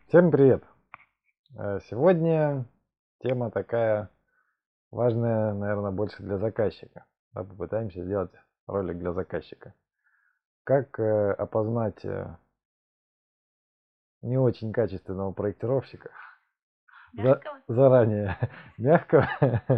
Всем привет! Сегодня тема такая важная, наверное, больше для заказчика. Да, попытаемся сделать ролик для заказчика. Как опознать не очень качественного проектировщика Мягкого? заранее мягко.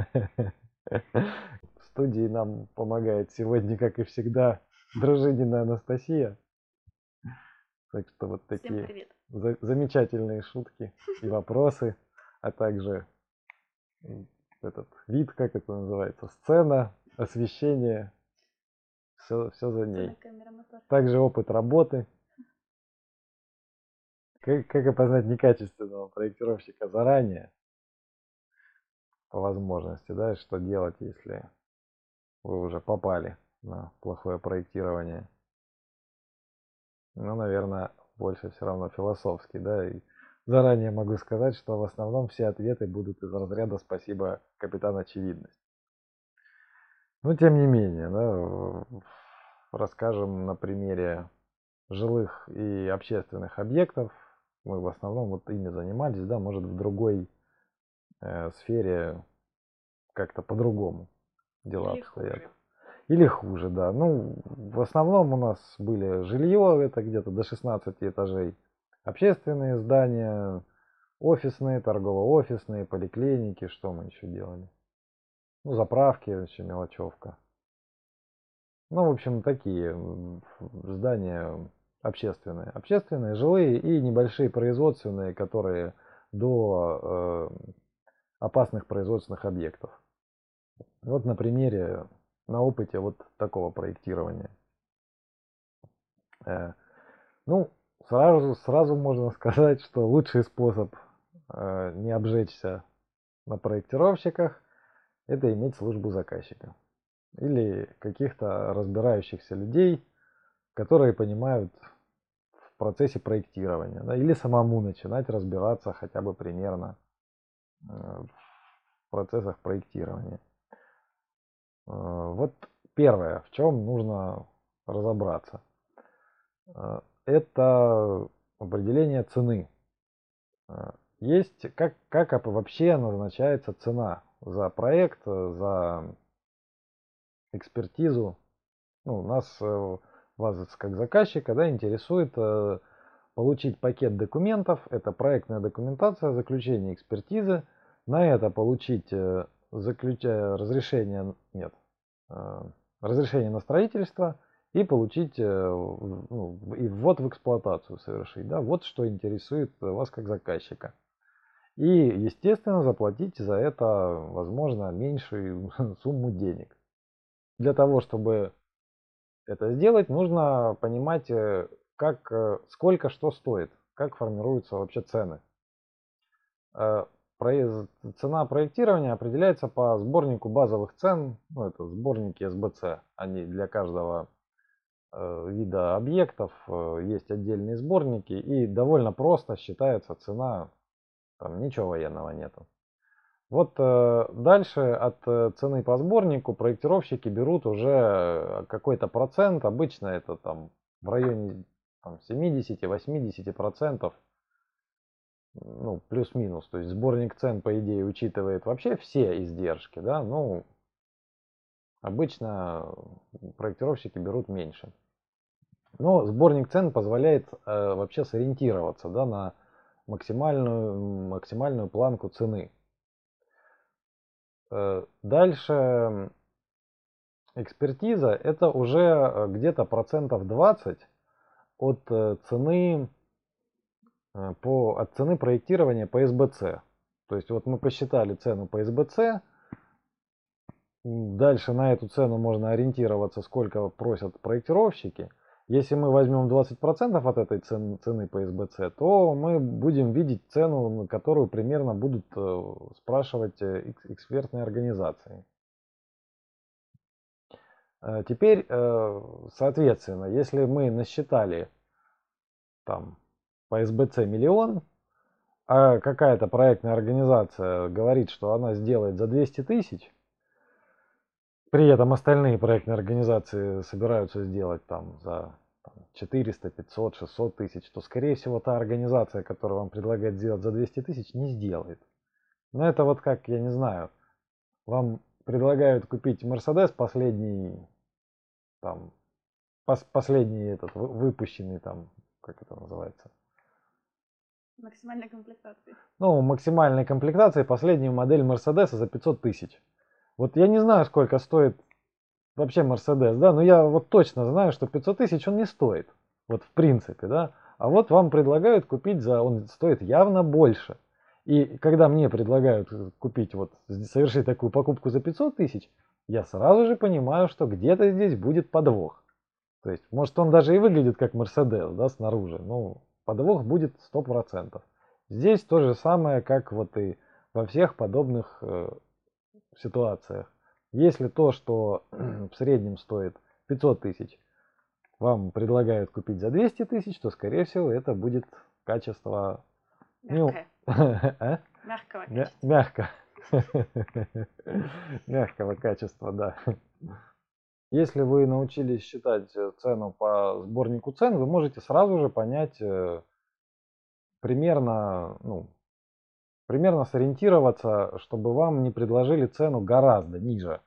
В студии нам помогает сегодня, как и всегда, Дружинина Анастасия. Так что вот Всем такие привет. замечательные шутки и вопросы, а также этот вид, как это называется, сцена, освещение, все за Сцена, ней. камера, мотор. Также опыт работы. Как опознать некачественного проектировщика заранее, по возможности, да, что делать, если вы уже попали на плохое проектирование. Ну, наверное, больше все равно философский, да, и заранее могу сказать, что в основном все ответы будут из разряда «спасибо, капитан очевидность». Но тем не менее, да, расскажем на примере жилых и общественных объектов. Мы в основном вот ими занимались, да, может в другой сфере как-то по-другому дела Или обстоят. хуже. Или хуже, да. Ну, в основном у нас были жилье, это где-то до 16 этажей, общественные здания, офисные, торгово-офисные, поликлиники, что мы еще делали? Ну, заправки, еще мелочевка. Ну, в общем, такие здания общественные. Общественные, жилые и небольшие производственные, которые до опасных производственных объектов. Вот на примере, на опыте вот такого проектирования. Ну, сразу можно сказать, что лучший способ не обжечься на проектировщиках — это иметь службу заказчика. Или каких-то разбирающихся людей, которые понимают в процессе проектирования, да, или самому начинать разбираться хотя бы примерно в процессах проектирования. Вот первое, в чем нужно разобраться, это определение цены. Есть, как вообще назначается цена за проект, за экспертизу. Ну, вас как заказчика, да, интересует получить пакет документов, это проектная документация, заключение экспертизы, на это получить разрешение, нет, э, разрешение на строительство и получить и ввод в эксплуатацию совершить. Да? Вот что интересует вас как заказчика. И, естественно, заплатить за это, возможно, меньшую сумму денег. Для того, чтобы это сделать, нужно понимать, сколько что стоит, как формируются вообще цены. Э, Цена проектирования определяется по сборнику базовых цен, ну это сборники СБЦ, они для каждого вида объектов есть отдельные сборники, и довольно просто считается цена, там ничего военного нету. Вот дальше от цены по сборнику проектировщики берут уже какой-то процент, обычно это там в районе 70-80%, ну, плюс-минус. То есть сборник цен, по идее, учитывает вообще все издержки, да, ну, обычно проектировщики берут меньше. Но сборник цен позволяет вообще сориентироваться, да, на максимальную планку цены. Дальше экспертиза — это уже где-то процентов 20 от цены от цены проектирования по СБЦ. То есть вот мы посчитали цену по СБЦ, дальше на эту цену можно ориентироваться, сколько просят проектировщики. Если мы возьмем 20% от этой цены по СБЦ, то мы будем видеть цену, на которую примерно будут спрашивать экспертные организации. Теперь, соответственно, если мы насчитали там по СБЦ миллион, а какая-то проектная организация говорит, что она сделает за 200 тысяч, при этом остальные проектные организации собираются сделать там за 400, 500, 600 тысяч, то, скорее всего, та организация, которая вам предлагает сделать за 200 тысяч, не сделает. Но это вот как, я не знаю, вам предлагают купить Mercedes последний, там, последний этот, выпущенный, там, как это называется? Максимальной комплектации. Ну, максимальной комплектации последнюю модель Mercedes за 500 тысяч. Вот я не знаю, сколько стоит вообще Mercedes, да, но я вот точно знаю, что 500 тысяч он не стоит. Вот в принципе, да. А вот вам предлагают купить он стоит явно больше. И когда мне предлагают купить, вот совершить такую покупку за 500 тысяч, я сразу же понимаю, что где-то здесь будет подвох. То есть, может, он даже и выглядит как Mercedes, да, снаружи, но подвох будет 100%. Здесь то же самое, как вот и во всех подобных ситуациях. Если то, что в среднем стоит 500 тысяч, вам предлагают купить за 200 тысяч, то, скорее всего, это будет качество... Мягкое. А? Мягкого качества. Мягко. Мягкого качества, да. Если вы научились считать цену по сборнику цен, вы можете сразу же понять примерно, примерно сориентироваться, чтобы вам не предложили цену гораздо ниже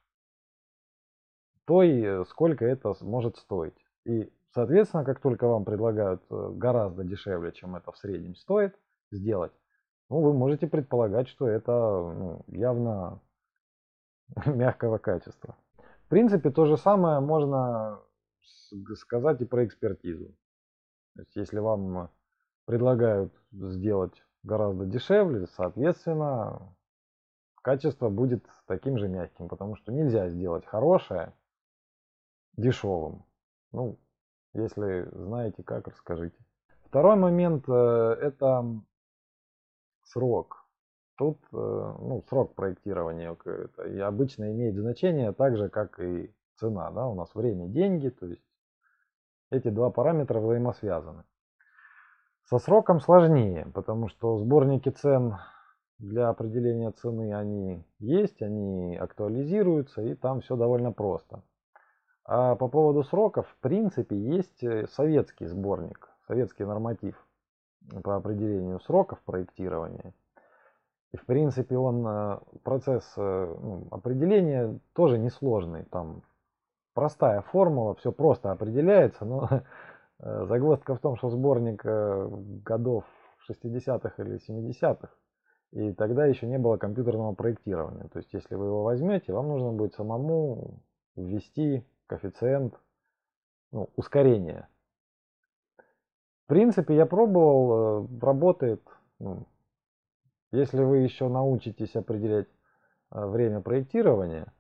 той, сколько это может стоить. И, соответственно, как только вам предлагают гораздо дешевле, чем это в среднем стоит сделать, вы можете предполагать, что это явно мягкого качества. В принципе, то же самое можно сказать и про экспертизу. То есть, если вам предлагают сделать гораздо дешевле, соответственно, качество будет таким же мягким, потому что нельзя сделать хорошее дешевым. Если знаете как, расскажите. Второй момент это срок. Тут срок проектирования это и обычно имеет значение так же, как и цена. Да? У нас время, деньги, то есть эти два параметра взаимосвязаны. Со сроком сложнее, потому что сборники цен для определения цены они есть, они актуализируются, и там все довольно просто. А по поводу сроков, в принципе, есть советский сборник, советский норматив по определению сроков проектирования. И в принципе процесс определения тоже несложный. Там простая формула, все просто определяется, но загвоздка в том, что сборник годов 60-х или 70-х, и тогда еще не было компьютерного проектирования. То есть если вы его возьмете, вам нужно будет самому ввести коэффициент ускорения. В принципе, я пробовал, работает. Если вы еще научитесь определять время проектирования,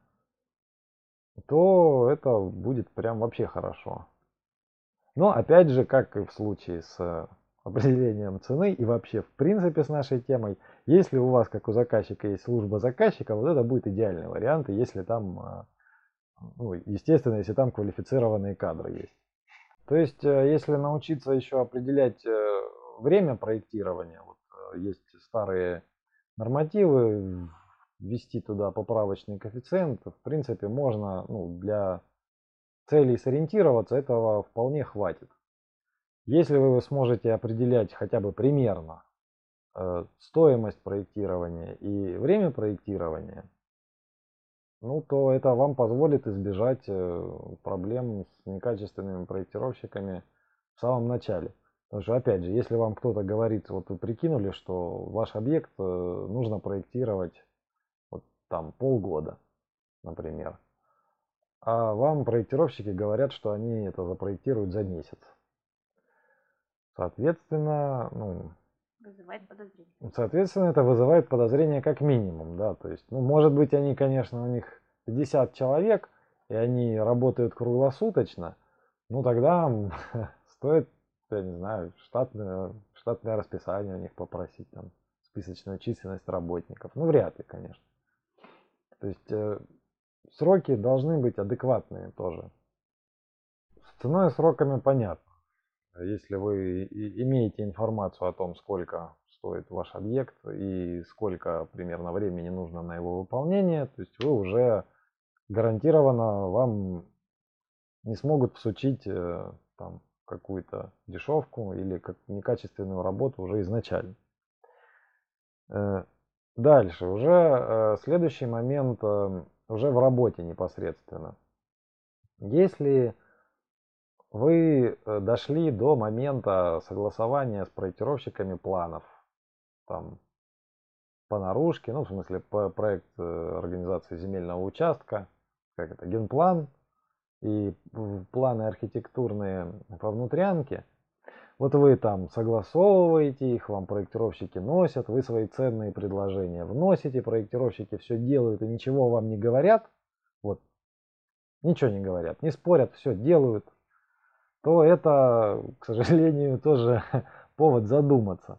то это будет прям вообще хорошо. Но опять же, как и в случае с определением цены и вообще в принципе с нашей темой, если у вас, как у заказчика, есть служба заказчика, вот это будет идеальный вариант, если там, естественно, если там квалифицированные кадры есть. То есть, если научиться еще определять время проектирования, есть старые нормативы, ввести туда поправочный коэффициент, в принципе, можно для целей сориентироваться, этого вполне хватит. Если вы сможете определять хотя бы примерно стоимость проектирования и время проектирования, то это вам позволит избежать проблем с некачественными проектировщиками в самом начале. Потому что, опять же, если вам кто-то говорит, вот вы прикинули, что ваш объект нужно проектировать там полгода, например, а вам проектировщики говорят, что они это запроектируют за месяц. Соответственно, Вызывает подозрение. Соответственно, это вызывает подозрение как минимум, да, то есть, может быть, они, конечно, у них 50 человек, и они работают круглосуточно, тогда стоит, я не знаю, штатное расписание у них попросить, там, списочную численность работников, вряд ли, конечно. То есть, сроки должны быть адекватные тоже. С ценой и сроками понятно. Если вы имеете информацию о том, сколько стоит ваш объект и сколько примерно времени нужно на его выполнение, то есть вы уже гарантированно вам не смогут всучить там какую-то дешевку или как некачественную работу уже изначально. Дальше, уже следующий момент, уже в работе непосредственно. Если вы дошли до момента согласования с проектировщиками планов, там, по наружке, ну, в смысле, по проект организации земельного участка, как это, генплан и планы архитектурные по внутрянке, вот вы там согласовываете их, вам проектировщики носят, вы свои ценные предложения вносите, проектировщики все делают и ничего вам не говорят, вот, ничего не говорят, не спорят, все делают, то это, к сожалению, тоже повод задуматься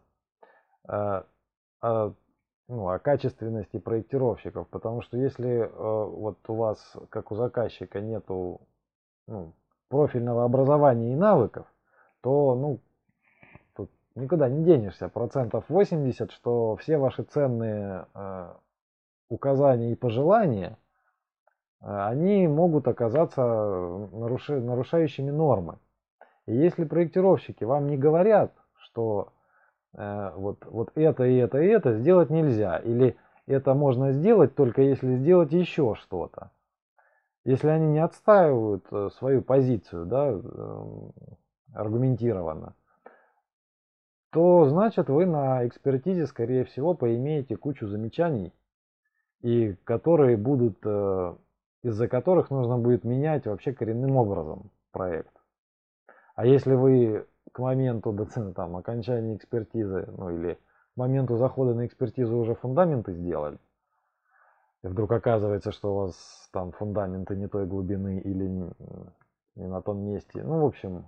о качественности проектировщиков, потому что если вот у вас, как у заказчика, нету профильного образования и навыков, то тут никуда не денешься. 80%, что все ваши ценные указания и пожелания, они могут оказаться нарушающими нормы. И если проектировщики вам не говорят, что вот это и это и это сделать нельзя, или это можно сделать только если сделать еще что-то. Если они не отстаивают свою позицию, да, аргументированно, то значит вы на экспертизе, скорее всего, поимеете кучу замечаний, и которые будут, из-за которых нужно будет менять вообще коренным образом проект. А если вы к моменту там, окончания экспертизы, ну или к моменту захода на экспертизу уже фундаменты сделали, и вдруг оказывается, что у вас там фундаменты не той глубины или не на том месте, ну, в общем,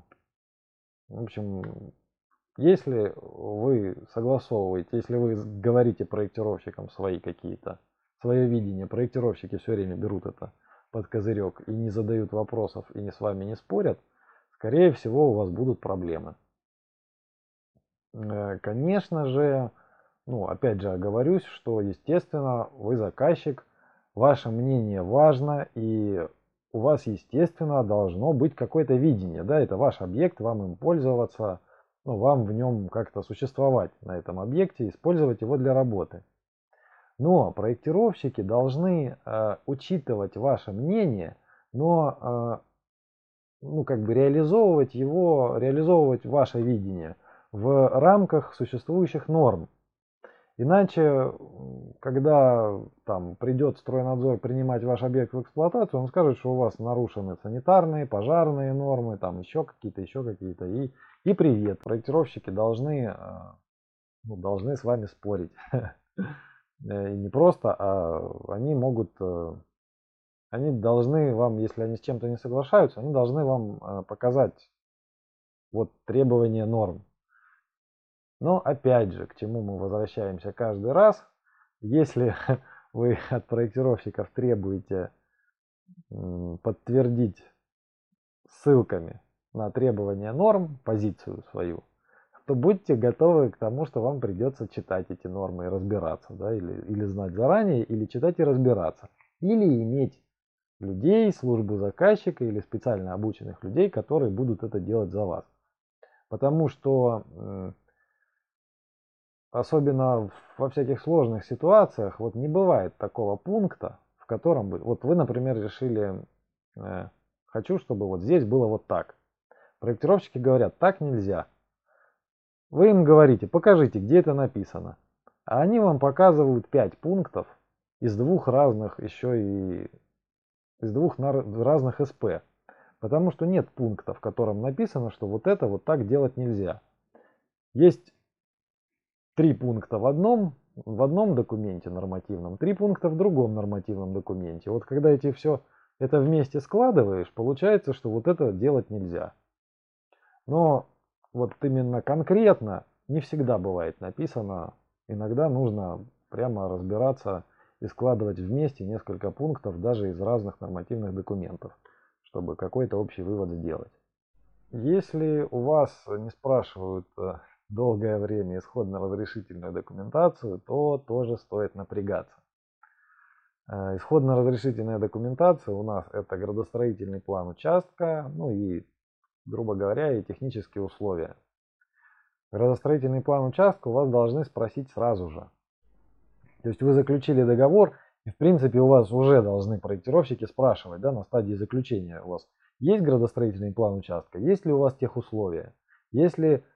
если вы согласовываете, если вы говорите проектировщикам свои какие-то, свое видение, проектировщики все время берут это под козырек и не задают вопросов и с вами не спорят, скорее всего, у вас будут проблемы. Конечно же, опять же оговорюсь, что, естественно, вы заказчик, ваше мнение важно, и у вас, естественно, должно быть какое-то видение, да, это ваш объект, вам им пользоваться, вам в нем как-то существовать на этом объекте, использовать его для работы. Но проектировщики должны учитывать ваше мнение, но реализовывать ваше видение в рамках существующих норм. Иначе, когда там придет стройнадзор принимать ваш объект в эксплуатацию, он скажет, что у вас нарушены санитарные, пожарные нормы, там еще какие-то, и привет. Проектировщики должны с вами спорить. И не просто, они должны вам, если они с чем-то не соглашаются, они должны вам показать вот требования норм. Но опять же, к чему мы возвращаемся каждый раз, если вы от проектировщиков требуете подтвердить ссылками на требования норм позицию свою, то будьте готовы к тому, что вам придется читать эти нормы и разбираться, да, или знать заранее, или читать и разбираться, или иметь людей, службу заказчика или специально обученных людей, которые будут это делать за вас. Потому что особенно во всяких сложных ситуациях, вот не бывает такого пункта, в котором бы, вот вы, например, решили, хочу, чтобы вот здесь было вот так. Проектировщики говорят, так нельзя. Вы им говорите, покажите, где это написано. А они вам показывают 5 пунктов из двух разных разных СП. Потому что нет пункта, в котором написано, что вот это вот так делать нельзя. Есть 3 пункта в одном документе нормативном, 3 пункта в другом нормативном документе. Вот когда все это вместе складываешь, получается, что вот это делать нельзя. Но вот именно конкретно не всегда бывает написано. Иногда нужно прямо разбираться и складывать вместе несколько пунктов даже из разных нормативных документов, чтобы какой-то общий вывод сделать. Если у вас не спрашивают долгое время исходно-разрешительную документацию, то тоже стоит напрягаться. Исходно-разрешительная документация у нас это градостроительный план участка, и грубо говоря, и технические условия. Градостроительный план участка у вас должны спросить сразу же. То есть вы заключили договор, и в принципе у вас уже должны проектировщики спрашивать, да, на стадии заключения у вас есть градостроительный план участка, есть ли у вас техусловия. Если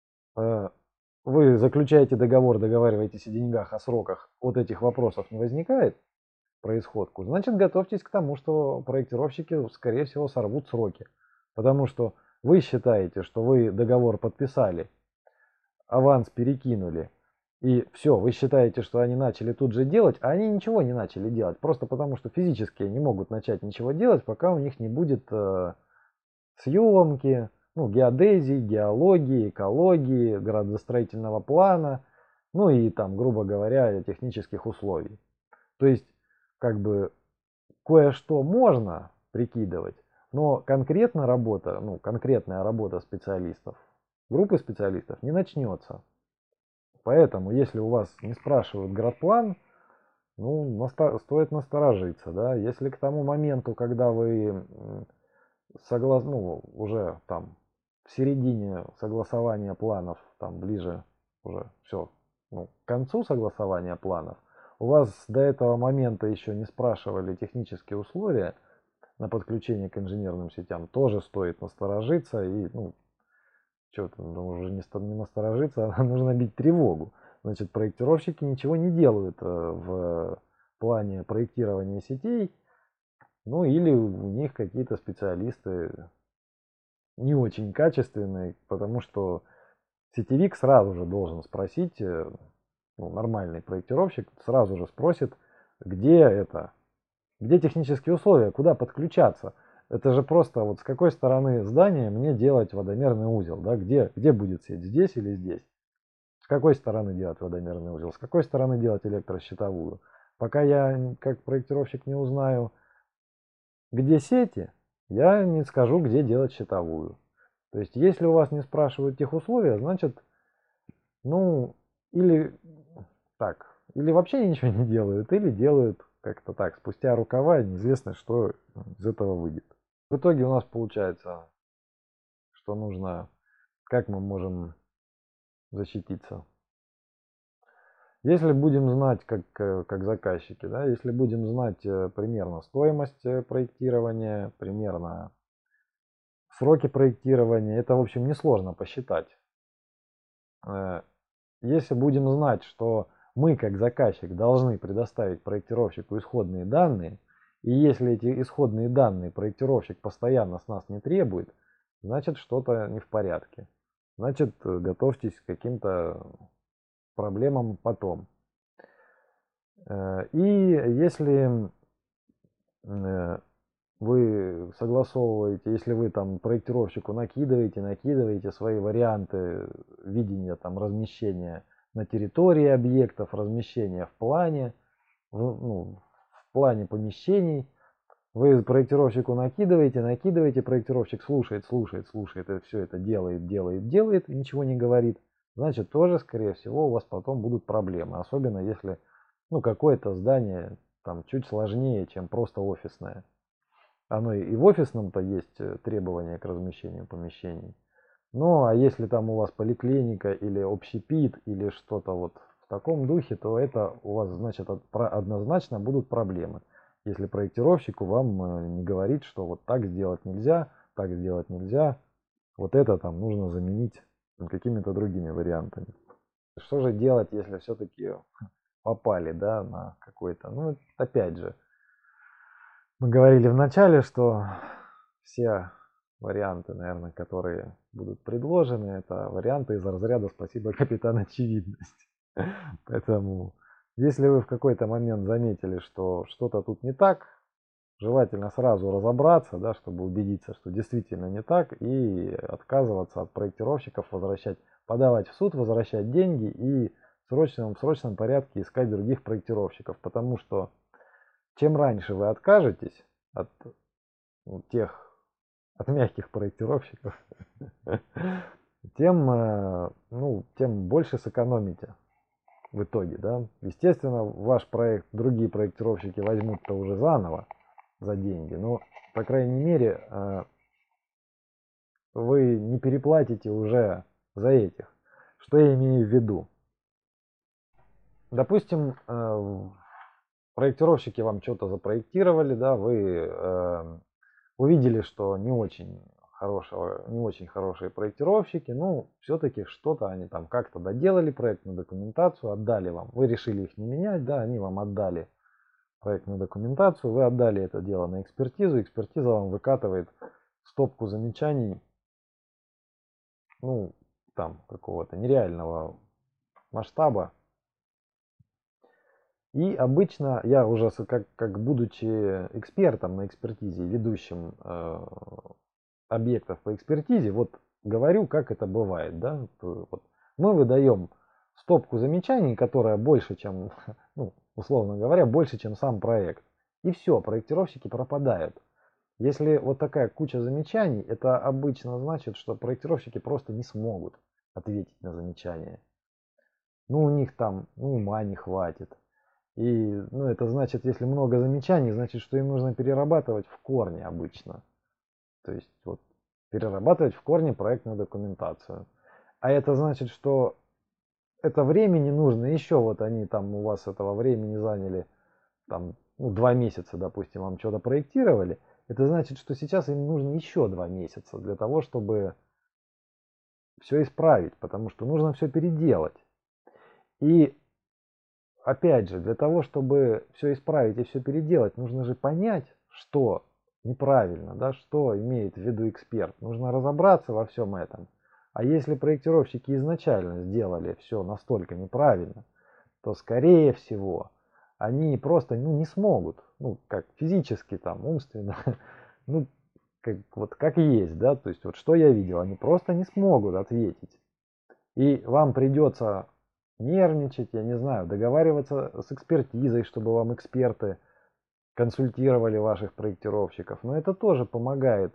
вы заключаете договор, договариваетесь о деньгах, о сроках, вот этих вопросов не возникает про исходку, значит готовьтесь к тому, что проектировщики, скорее всего, сорвут сроки. Потому что вы считаете, что вы договор подписали, аванс перекинули, и все, вы считаете, что они начали тут же делать, а они ничего не начали делать. Просто потому, что физически не могут начать ничего делать, пока у них не будет съемки, ну, геодезии, геологии, экологии, градостроительного плана, ну и там, грубо говоря, технических условий. То есть, как бы, кое-что можно прикидывать, но конкретно работа, ну, конкретная работа специалистов, группы специалистов не начнется. Поэтому, если у вас не спрашивают градплан, ну, стоит насторожиться, да. Если к тому моменту, когда вы ну, уже там в середине согласования планов, там ближе уже все, ну, к концу согласования планов, у вас до этого момента еще не спрашивали технические условия на подключение к инженерным сетям, тоже стоит насторожиться и, ну, что-то уже не насторожиться, а нужно бить тревогу. Значит, проектировщики ничего не делают в плане проектирования сетей, ну или у них какие-то специалисты не очень качественные, потому что сетевик сразу же должен спросить, ну, нормальный проектировщик сразу же спросит, где это, где технические условия, куда подключаться. Это же просто вот с какой стороны здания мне делать водомерный узел, да, где будет сеть, здесь или здесь. С какой стороны делать водомерный узел, с какой стороны делать электрощитовую. Пока я как проектировщик не узнаю, где сети, я не скажу, где делать щитовую. То есть, если у вас не спрашивают тех условия, значит, ну, или так, или вообще ничего не делают, или делают как-то так, спустя рукава, неизвестно, что из этого выйдет. В итоге у нас получается, что нужно, как мы можем защититься. Если будем знать, как заказчики, да, если будем знать примерно стоимость проектирования, примерно сроки проектирования, это, в общем, несложно посчитать. Если будем знать, что мы, как заказчик, должны предоставить проектировщику исходные данные, и если эти исходные данные проектировщик постоянно с нас не требует, значит, что-то не в порядке. Значит, готовьтесь к каким-то проблемам потом. И если вы согласовываете, если вы там проектировщику накидываете свои варианты видения там размещения на территории объектов, размещения в плане, в плане помещений, вы проектировщику накидываете, проектировщик слушает, и все это делает, и ничего не говорит, значит, тоже, скорее всего, у вас потом будут проблемы, особенно если, ну, какое-то здание там чуть сложнее, чем просто офисное. Оно и в офисном-то есть требования к размещению помещений. Ну, а если там у вас поликлиника или общепит или что-то вот в таком духе, то это у вас, значит, однозначно будут проблемы. Если проектировщику вам не говорит, что вот так сделать нельзя, вот это там нужно заменить какими-то другими вариантами. Что же делать, если все-таки попали, да, на какой-то, ну, опять же, мы говорили в начале, что все варианты, наверное, которые будут предложены, это варианты из разряда «Спасибо, капитан Очевидность». Поэтому, если вы в какой-то момент заметили, что что-то тут не так, желательно сразу разобраться, да, чтобы убедиться, что действительно не так, и отказываться от проектировщиков, подавать в суд, возвращать деньги и в срочном порядке искать других проектировщиков, потому что чем раньше вы откажетесь от мягких проектировщиков, тем больше сэкономите в итоге, да. Естественно, ваш проект другие проектировщики возьмут-то уже заново за деньги, но, по крайней мере, вы не переплатите уже за этих. Что я имею в виду? Допустим, проектировщики вам что-то запроектировали, да, вы увидели, что не очень хорошие проектировщики, ну, все-таки что-то они там как-то доделали проектную документацию, отдали вам. Вы решили их не менять, да, они вам отдали проектную документацию, вы отдали это дело на экспертизу, экспертиза вам выкатывает стопку замечаний, ну, там, какого-то нереального масштаба. И обычно я уже, как будучи экспертом на экспертизе, ведущим объектов по экспертизе, вот говорю, как это бывает. Да? Вот мы выдаем стопку замечаний, которая больше, чем, ну, условно говоря, больше, чем сам проект. И все, проектировщики пропадают. Если вот такая куча замечаний, это обычно значит, что проектировщики просто не смогут ответить на замечания. Ну, у них там ума не хватит. И ну, это значит, если много замечаний, значит, что им нужно перерабатывать в корне обычно. То есть вот, перерабатывать в корне проектную документацию. А это значит, что это времени нужно еще, вот они там у вас этого времени заняли там, 2 месяца, допустим, вам что-то проектировали. Это значит, что сейчас им нужно еще 2 месяца для того, чтобы все исправить, потому что нужно все переделать. И опять же, для того, чтобы все исправить и все переделать, нужно же понять, что неправильно, да, что имеет в виду эксперт. Нужно разобраться во всем этом. А если проектировщики изначально сделали все настолько неправильно, то, скорее всего, они просто не смогут, как физически, там, умственно, ну, как есть, да, то есть вот что я видел, они просто не смогут ответить. И вам придется нервничать, я не знаю, договариваться с экспертизой, чтобы вам эксперты консультировали ваших проектировщиков. Но это тоже помогает.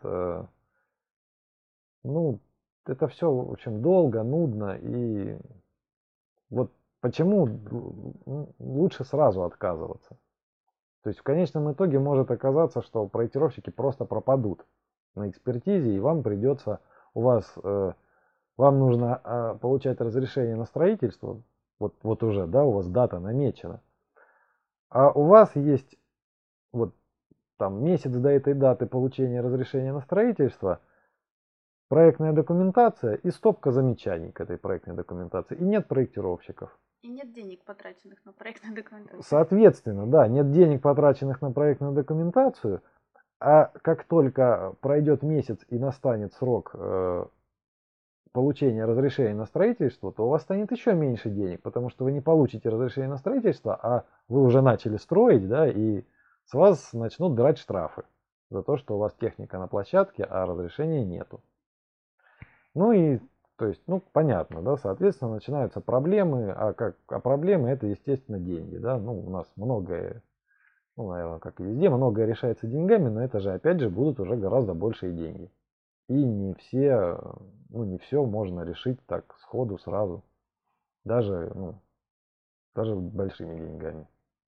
Ну, это все очень долго, нудно. И вот почему лучше сразу отказываться. То есть в конечном итоге может оказаться, что проектировщики просто пропадут на экспертизе, и вам придется, вам нужно получать разрешение на строительство, вот уже, да, у вас дата намечена, а у вас есть вот там месяц до этой даты получения разрешения на строительство, проектная документация и стопка замечаний к этой проектной документации, и нет проектировщиков. И нет денег, потраченных на проектную документацию. Соответственно, да, нет денег, потраченных на проектную документацию, а как только пройдет месяц и настанет срок получения разрешения на строительство, то у вас станет еще меньше денег, потому что вы не получите разрешение на строительство, а вы уже начали строить, да, и с вас начнут драть штрафы за то, что у вас техника на площадке, а разрешения нету. Ну и, то есть, понятно, да, соответственно, начинаются проблемы, а проблемы это, естественно, деньги, да, у нас многое, наверное, как и везде, многое решается деньгами, но это же, опять же, будут уже гораздо большие деньги. И не все можно решить так сходу, сразу. Даже большими деньгами.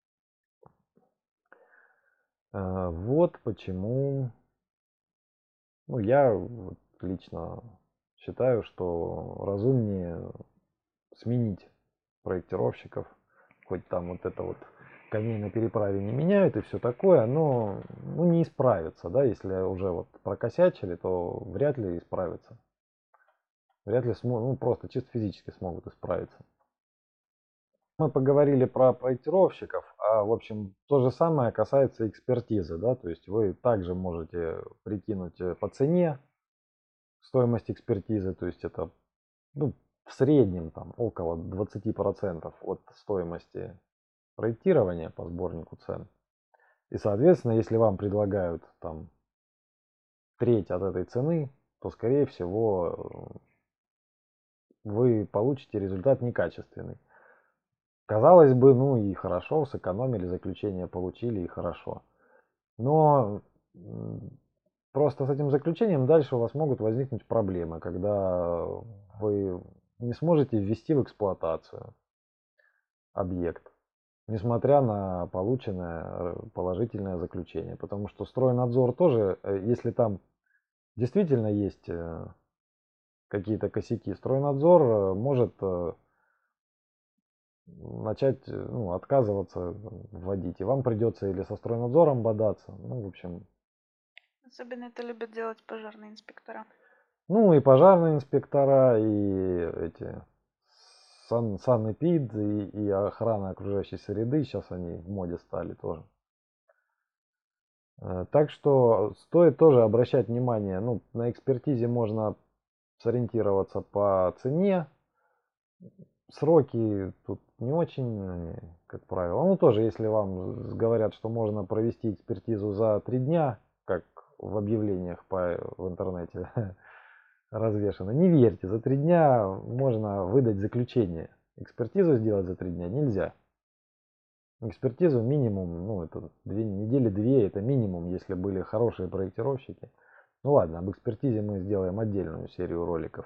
Вот почему, я лично считаю, что разумнее сменить проектировщиков. Хоть там вот это вот коней на переправе не меняют и все такое, но не исправится, да, если уже вот прокосячили, то вряд ли исправится. Вряд ли просто чисто физически смогут исправиться. Мы поговорили про проектировщиков, а в общем то же самое касается экспертизы, да, то есть вы также можете прикинуть по цене стоимость экспертизы, то есть это в среднем там около 20% от стоимости проектирования по сборнику цен. И соответственно, если вам предлагают там треть от этой цены, то скорее всего вы получите результат некачественный. Казалось бы, и хорошо, сэкономили, заключение получили и хорошо. Но просто с этим заключением дальше у вас могут возникнуть проблемы, когда вы не сможете ввести в эксплуатацию объект, несмотря на полученное положительное заключение. Потому что стройнадзор тоже, если там действительно есть какие-то косяки, Стройнадзор может начать отказываться вводить. И вам придется или со Стройнадзором бодаться. Ну, в общем. Особенно это любят делать пожарные инспектора. Ну и пожарные инспектора, и эти санэпид, и охрана окружающей среды. Сейчас они в моде стали тоже. Так что стоит тоже обращать внимание. Ну, на экспертизе можно сориентироваться по цене. Сроки тут не очень, как правило. Ну, тоже, если вам говорят, что можно провести экспертизу за 3 дня, как в объявлениях в интернете развешено, не верьте, за 3 дня можно выдать заключение. Экспертизу сделать за 3 дня нельзя. Экспертизу минимум, ну, это 2 недели, 2, это минимум, если были хорошие проектировщики. Ну ладно, об экспертизе мы сделаем отдельную серию роликов.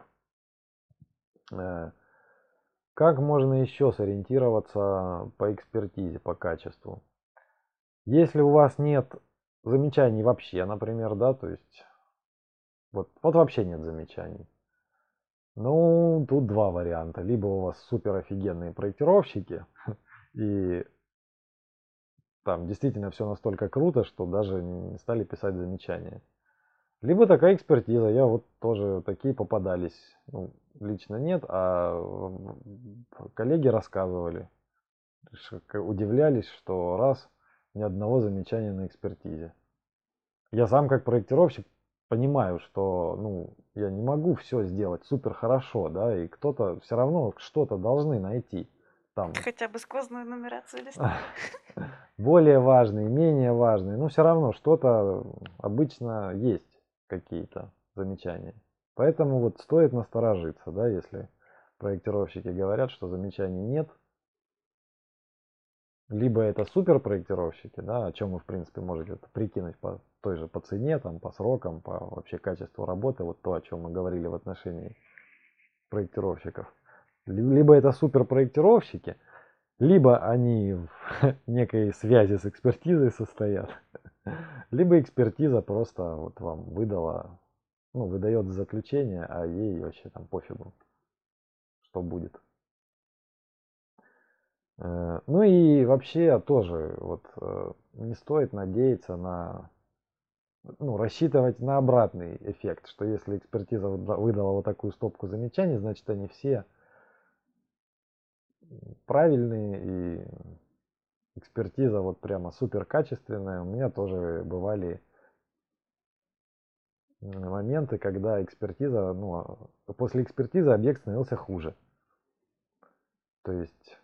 Как можно еще сориентироваться по экспертизе, по качеству? Если у вас нет замечаний вообще, например, да, то есть вот вообще нет замечаний. Ну, тут два варианта. Либо у вас супер офигенные проектировщики, и там действительно все настолько круто, что даже не стали писать замечания. Либо такая экспертиза. Я вот тоже такие попадались. Ну, лично нет, а коллеги рассказывали. Удивлялись, что раз ни одного замечания на экспертизе. Я сам как проектировщик понимаю, что ну, я не могу все сделать супер хорошо, да, и кто-то все равно что-то должны найти. Там Хотя бы сквозную нумерацию листа. более важные, менее важные, но все равно что-то обычно есть какие-то замечания. Поэтому вот стоит насторожиться, да, если проектировщики говорят, что замечаний нет. Либо это супер проектировщики, да, о чем вы в принципе можете это прикинуть по той же по цене, там, по срокам, по вообще качеству работы, вот то, о чем мы говорили в отношении проектировщиков. Либо это супер проектировщики, либо они в некой связи с экспертизой состоят, либо экспертиза просто вот вам выдала, ну, выдает заключение, а ей вообще там пофигу, что будет. Ну и вообще тоже вот не стоит надеяться на, ну, рассчитывать на обратный эффект, что если экспертиза выдала вот такую стопку замечаний, значит они все правильные и экспертиза вот прямо супер качественная. У меня тоже бывали моменты, когда экспертиза, ну, после экспертизы объект становился хуже. То есть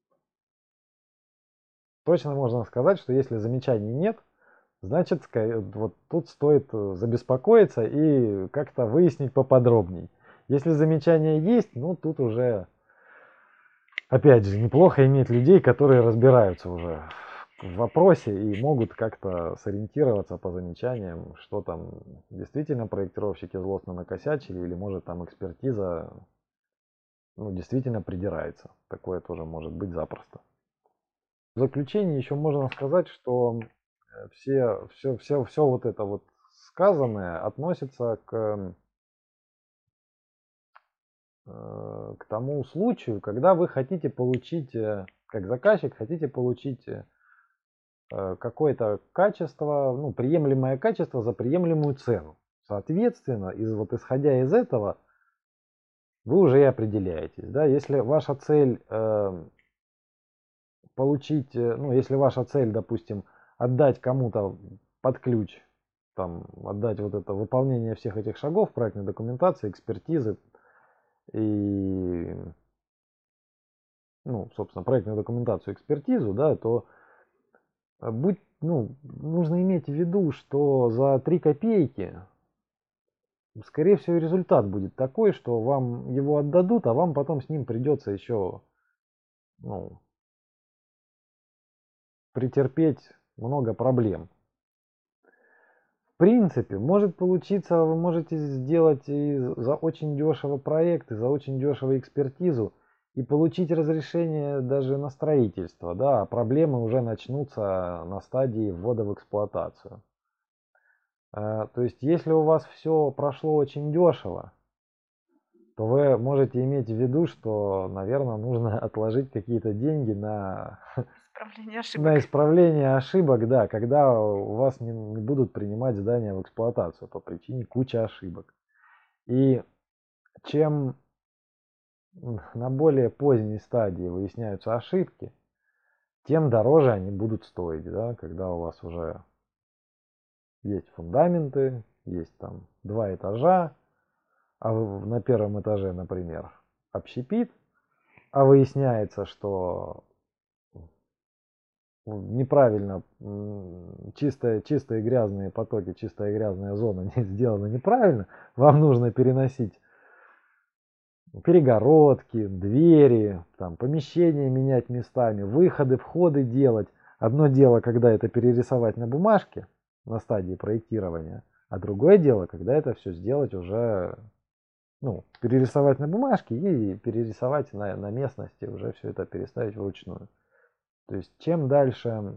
точно можно сказать, что если замечаний нет, значит, вот тут стоит забеспокоиться и как-то выяснить поподробней. Если замечания есть, ну тут уже, опять же, неплохо иметь людей, которые разбираются уже в вопросе и могут как-то сориентироваться по замечаниям, что там действительно проектировщики злостно накосячили или может там экспертиза, ну, действительно придирается. Такое тоже может быть запросто. В заключение еще можно сказать, что все вот это вот сказанное относится к тому случаю, когда вы хотите получить, как заказчик, хотите получить какое-то качество, ну, приемлемое качество за приемлемую цену. Соответственно, исходя из этого, вы уже и определяетесь. Да? Если ваша цель получить, ну, если ваша цель, допустим, отдать кому-то под ключ, там, отдать вот это выполнение всех этих шагов, проектной документации, экспертизы и, ну, собственно, проектную документацию, экспертизу, да, то нужно иметь в виду, что за 3 копейки, скорее всего, результат будет такой, что вам его отдадут, а вам потом с ним придется еще, ну, претерпеть много проблем. В принципе, может получиться, вы можете сделать и за очень дешево проект, и за очень дешево экспертизу, и получить разрешение даже на строительство, да, а проблемы уже начнутся на стадии ввода в эксплуатацию. То есть, если у вас все прошло очень дешево, то вы можете иметь в виду, что, наверное, нужно отложить какие-то деньги на Исправление ошибок. на исправление ошибок, да, когда у вас не будут принимать здания в эксплуатацию по причине кучи ошибок. И чем на более поздней стадии выясняются ошибки, тем дороже они будут стоить, да, когда у вас уже есть фундаменты, есть там 2 этажа, а на первом этаже, например, общепит, а выясняется, что неправильно чистые грязные потоки, чистая грязная зона не сделана неправильно, вам нужно переносить перегородки, двери, там, помещения менять местами, выходы, входы делать. Одно дело, когда это перерисовать на бумажке на стадии проектирования, а другое дело, когда это все сделать уже, ну, перерисовать на бумажке и перерисовать на местности, уже все это переставить вручную. То есть чем дальше,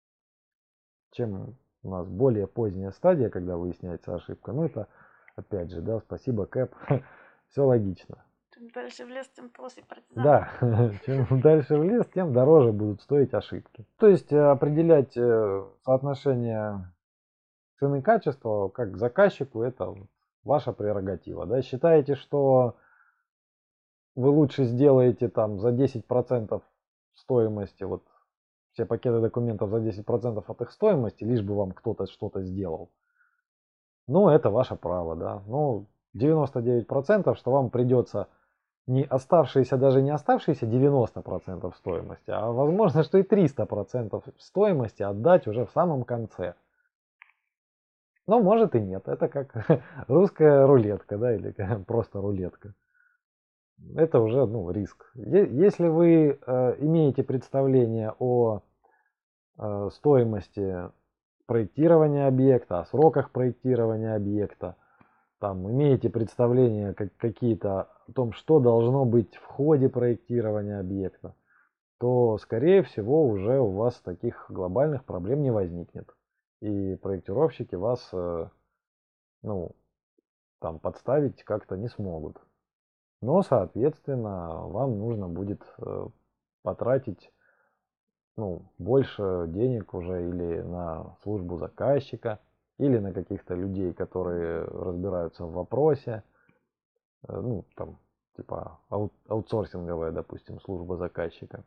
чем у нас более поздняя стадия, когда выясняется ошибка, ну это опять же, да, спасибо, Кэп, все логично. Чем дальше в лес, тем толще партизан. Да, чем дальше в лес, тем дороже будут стоить ошибки. То есть определять соотношение цены и качества как заказчику, это ваша прерогатива. Да? Считаете, что вы лучше сделаете там за 10% стоимости, вот все пакеты документов за 10% от их стоимости, лишь бы вам кто-то что-то сделал. Ну, это ваше право, да. Ну, 99%, что вам придется не оставшиеся, даже не оставшиеся 90% стоимости, а возможно, что и 300% стоимости отдать уже в самом конце. Но может и нет. Это как русская рулетка, да, или просто рулетка. Это уже, ну, риск. Если вы имеете представление о стоимости проектирования объекта, о сроках проектирования объекта, там имеете представление какие-то о том, что должно быть в ходе проектирования объекта, то, скорее всего, уже у вас таких глобальных проблем не возникнет. И проектировщики вас, ну, там подставить как-то не смогут. Но, соответственно, вам нужно будет потратить, ну, больше денег уже или на службу заказчика, или на каких-то людей, которые разбираются в вопросе, ну, там, типа аутсорсинговая, допустим, служба заказчика.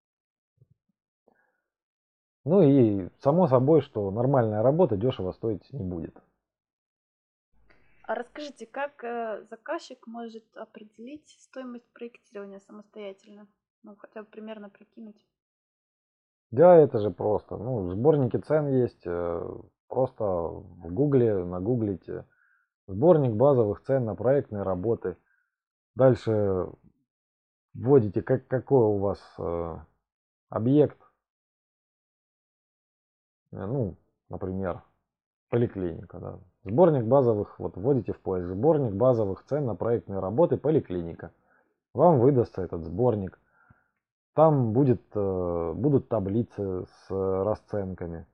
Ну и само собой, что нормальная работа дешево стоить не будет. А расскажите, как заказчик может определить стоимость проектирования самостоятельно? Ну, хотя бы примерно прикинуть. Да, это же просто. Ну, сборники цен есть. Просто в гугле нагуглите сборник базовых цен на проектные работы. Дальше вводите, какой у вас объект. Ну, например, поликлиника. Да. Сборник базовых, вот вводите в поиск сборник базовых цен на проектные работы поликлиника. Вам выдастся этот сборник. Там будут таблицы с расценками.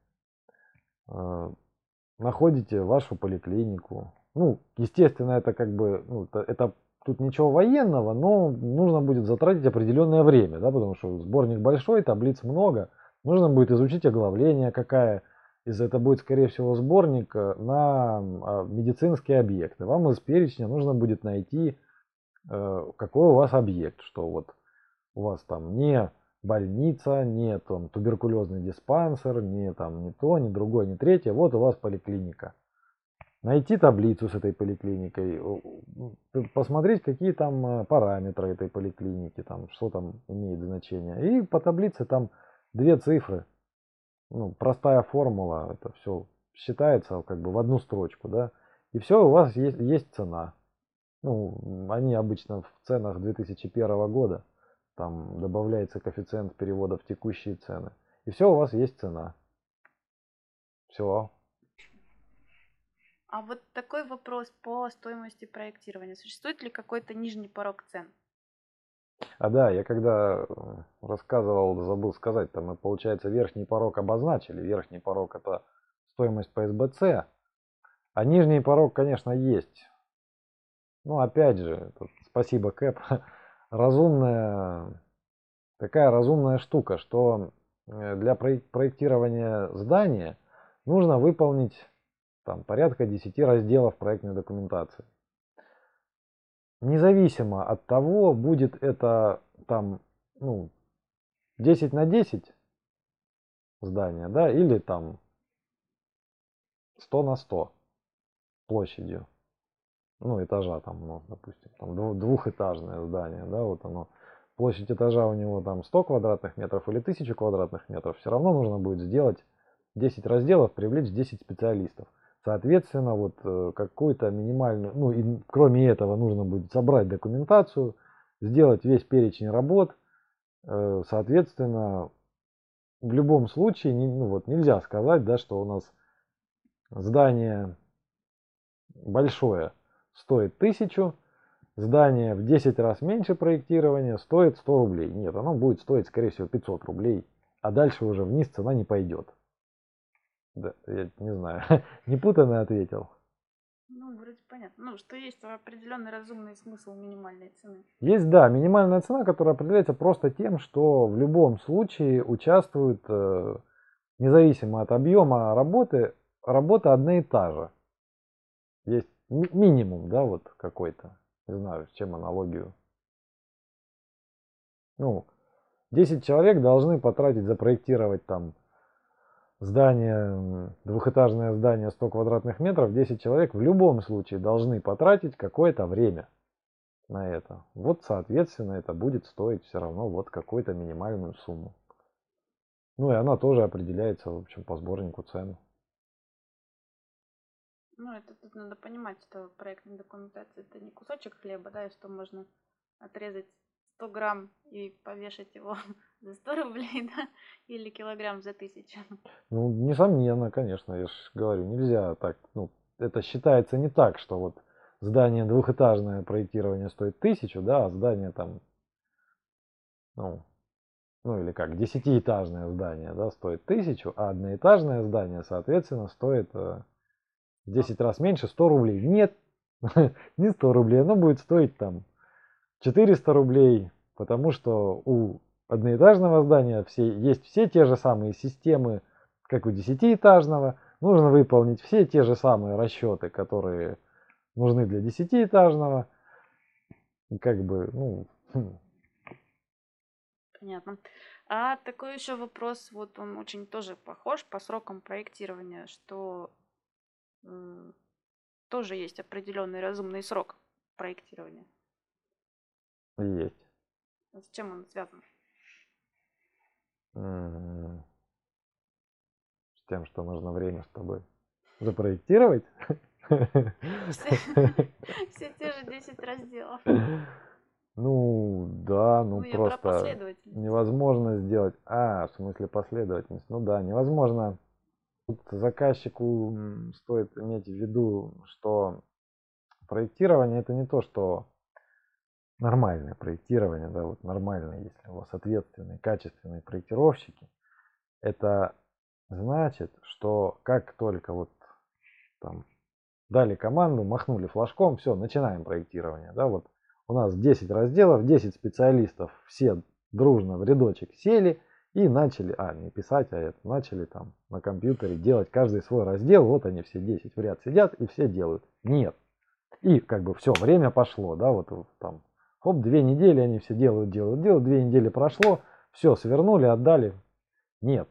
Находите вашу поликлинику. Ну, естественно, это как бы, ну, это тут ничего военного, но нужно будет затратить определенное время, да, потому что сборник большой, таблиц много. Нужно будет изучить оглавление, какая это будет, скорее всего, сборник на медицинские объекты. Вам из перечня нужно будет найти, какой у вас объект, что вот у вас там не больница, не там туберкулезный диспансер, не там не то, не другое, не третье. Вот у вас поликлиника. Найти таблицу с этой поликлиникой, посмотреть, какие там параметры этой поликлиники, там, что там имеет значение. И по таблице там 2 цифры. Ну, простая формула, это все считается как бы в одну строчку, да. И все, у вас есть цена. Ну, они обычно в ценах 2001 года. Там добавляется коэффициент перевода в текущие цены. И все, у вас есть цена. Все. А вот такой вопрос по стоимости проектирования. Существует ли какой-то нижний порог цен? А да, я когда рассказывал, забыл сказать, там мы, получается, верхний порог обозначили. Верхний порог это стоимость по СБЦ. А нижний порог, конечно, есть. Ну, опять же, тут спасибо, Кэп, такая разумная штука, что для проектирования здания нужно выполнить там порядка 10 разделов проектной документации. Независимо от того, будет это там 10 на 10 здание, да, или там 100 на 100 площадью, этажа там, допустим, там двухэтажное здание, да, вот оно, площадь этажа у него там 100 квадратных метров или 1000 квадратных метров, все равно нужно будет сделать 10 разделов, привлечь 10 специалистов. Соответственно, вот какую-то минимальную, и кроме этого нужно будет собрать документацию, сделать весь перечень работ. Соответственно, в любом случае, нельзя сказать, да, что у нас здание большое стоит 1000, здание в 10 раз меньше проектирования стоит 100 рублей. Нет, оно будет стоить, скорее всего, 500 рублей, а дальше уже вниз цена не пойдет. Да, я не знаю, не путанно ответил. Вроде понятно. Что есть определенный разумный смысл минимальной цены. Есть, да, минимальная цена, которая определяется просто тем, что в любом случае участвует, независимо от объема работы, работа одна и та же. Есть минимум, да, вот какой-то. Не знаю, с чем аналогию. 10 человек должны потратить, запроектировать там здание, двухэтажное здание 100 квадратных метров, 10 человек в любом случае должны потратить какое-то время на это. Вот, соответственно, это будет стоить все равно вот какую-то минимальную сумму. И она тоже определяется, в общем, по сборнику цен. Это тут надо понимать, что проектная документация это не кусочек хлеба, да, и что можно отрезать 100 грамм и повешать его за 100 рублей, да, или килограмм за 1000. Несомненно, конечно, я же говорю, нельзя так, это считается не так, что вот здание двухэтажное проектирование стоит 1000, да, а здание там, или как, 10-этажное здание, да, стоит 1000, а одноэтажное здание, соответственно, стоит в 10 раз меньше 100 рублей. Нет, не 100 рублей, оно будет стоить там 400 рублей, потому что у одноэтажного здания есть все те же самые системы, как у 10-этажного. Нужно выполнить все те же самые расчеты, которые нужны для 10-этажного. Понятно. А такой еще вопрос, вот он очень тоже похож по срокам проектирования, что тоже есть определенный разумный срок проектирования. Есть. С чем он связан? С тем, что нужно время, чтобы запроектировать. Все те же 10 разделов. Да, Я про просто последовательность. невозможно сделать. В смысле последовательность. Да, невозможно. Тут заказчику стоит иметь в виду, что проектирование это не то, что нормальное проектирование, да, вот нормальное, если у вас ответственные, качественные проектировщики, это значит, что как только вот там дали команду, махнули флажком, все, начинаем проектирование, да, вот у нас 10 разделов, 10 специалистов, все дружно в рядочек сели и начали, не писать, начали там на компьютере делать каждый свой раздел, вот они все 10 в ряд сидят и все делают. Нет. И все, время пошло, да, вот там, хоп, 2 недели они все делают, 2 недели прошло, все, свернули, отдали. Нет.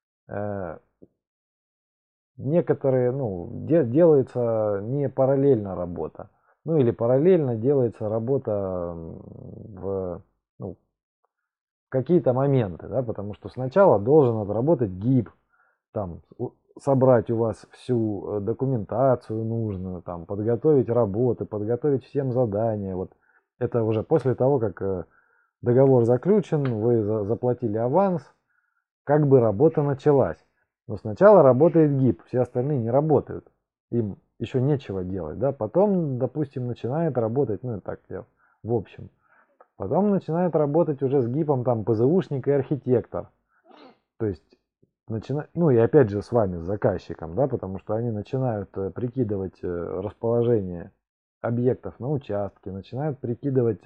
Некоторые, делается не параллельно работа. Или параллельно делается работа в какие-то моменты, да, потому что сначала должен отработать ГИБ, там, собрать у вас всю документацию нужную, там, подготовить работы, подготовить всем задания. Вот это уже после того, как договор заключен, вы заплатили аванс, работа началась. Но сначала работает ГИБ, все остальные не работают. Им еще нечего делать, да. Потом, допустим, начинает работать, в общем. Потом начинает работать уже с ГИБом там ПЗУшник и архитектор. То есть, и опять же с вами, с заказчиком, да, потому что они начинают прикидывать расположение объектов на участке, начинают прикидывать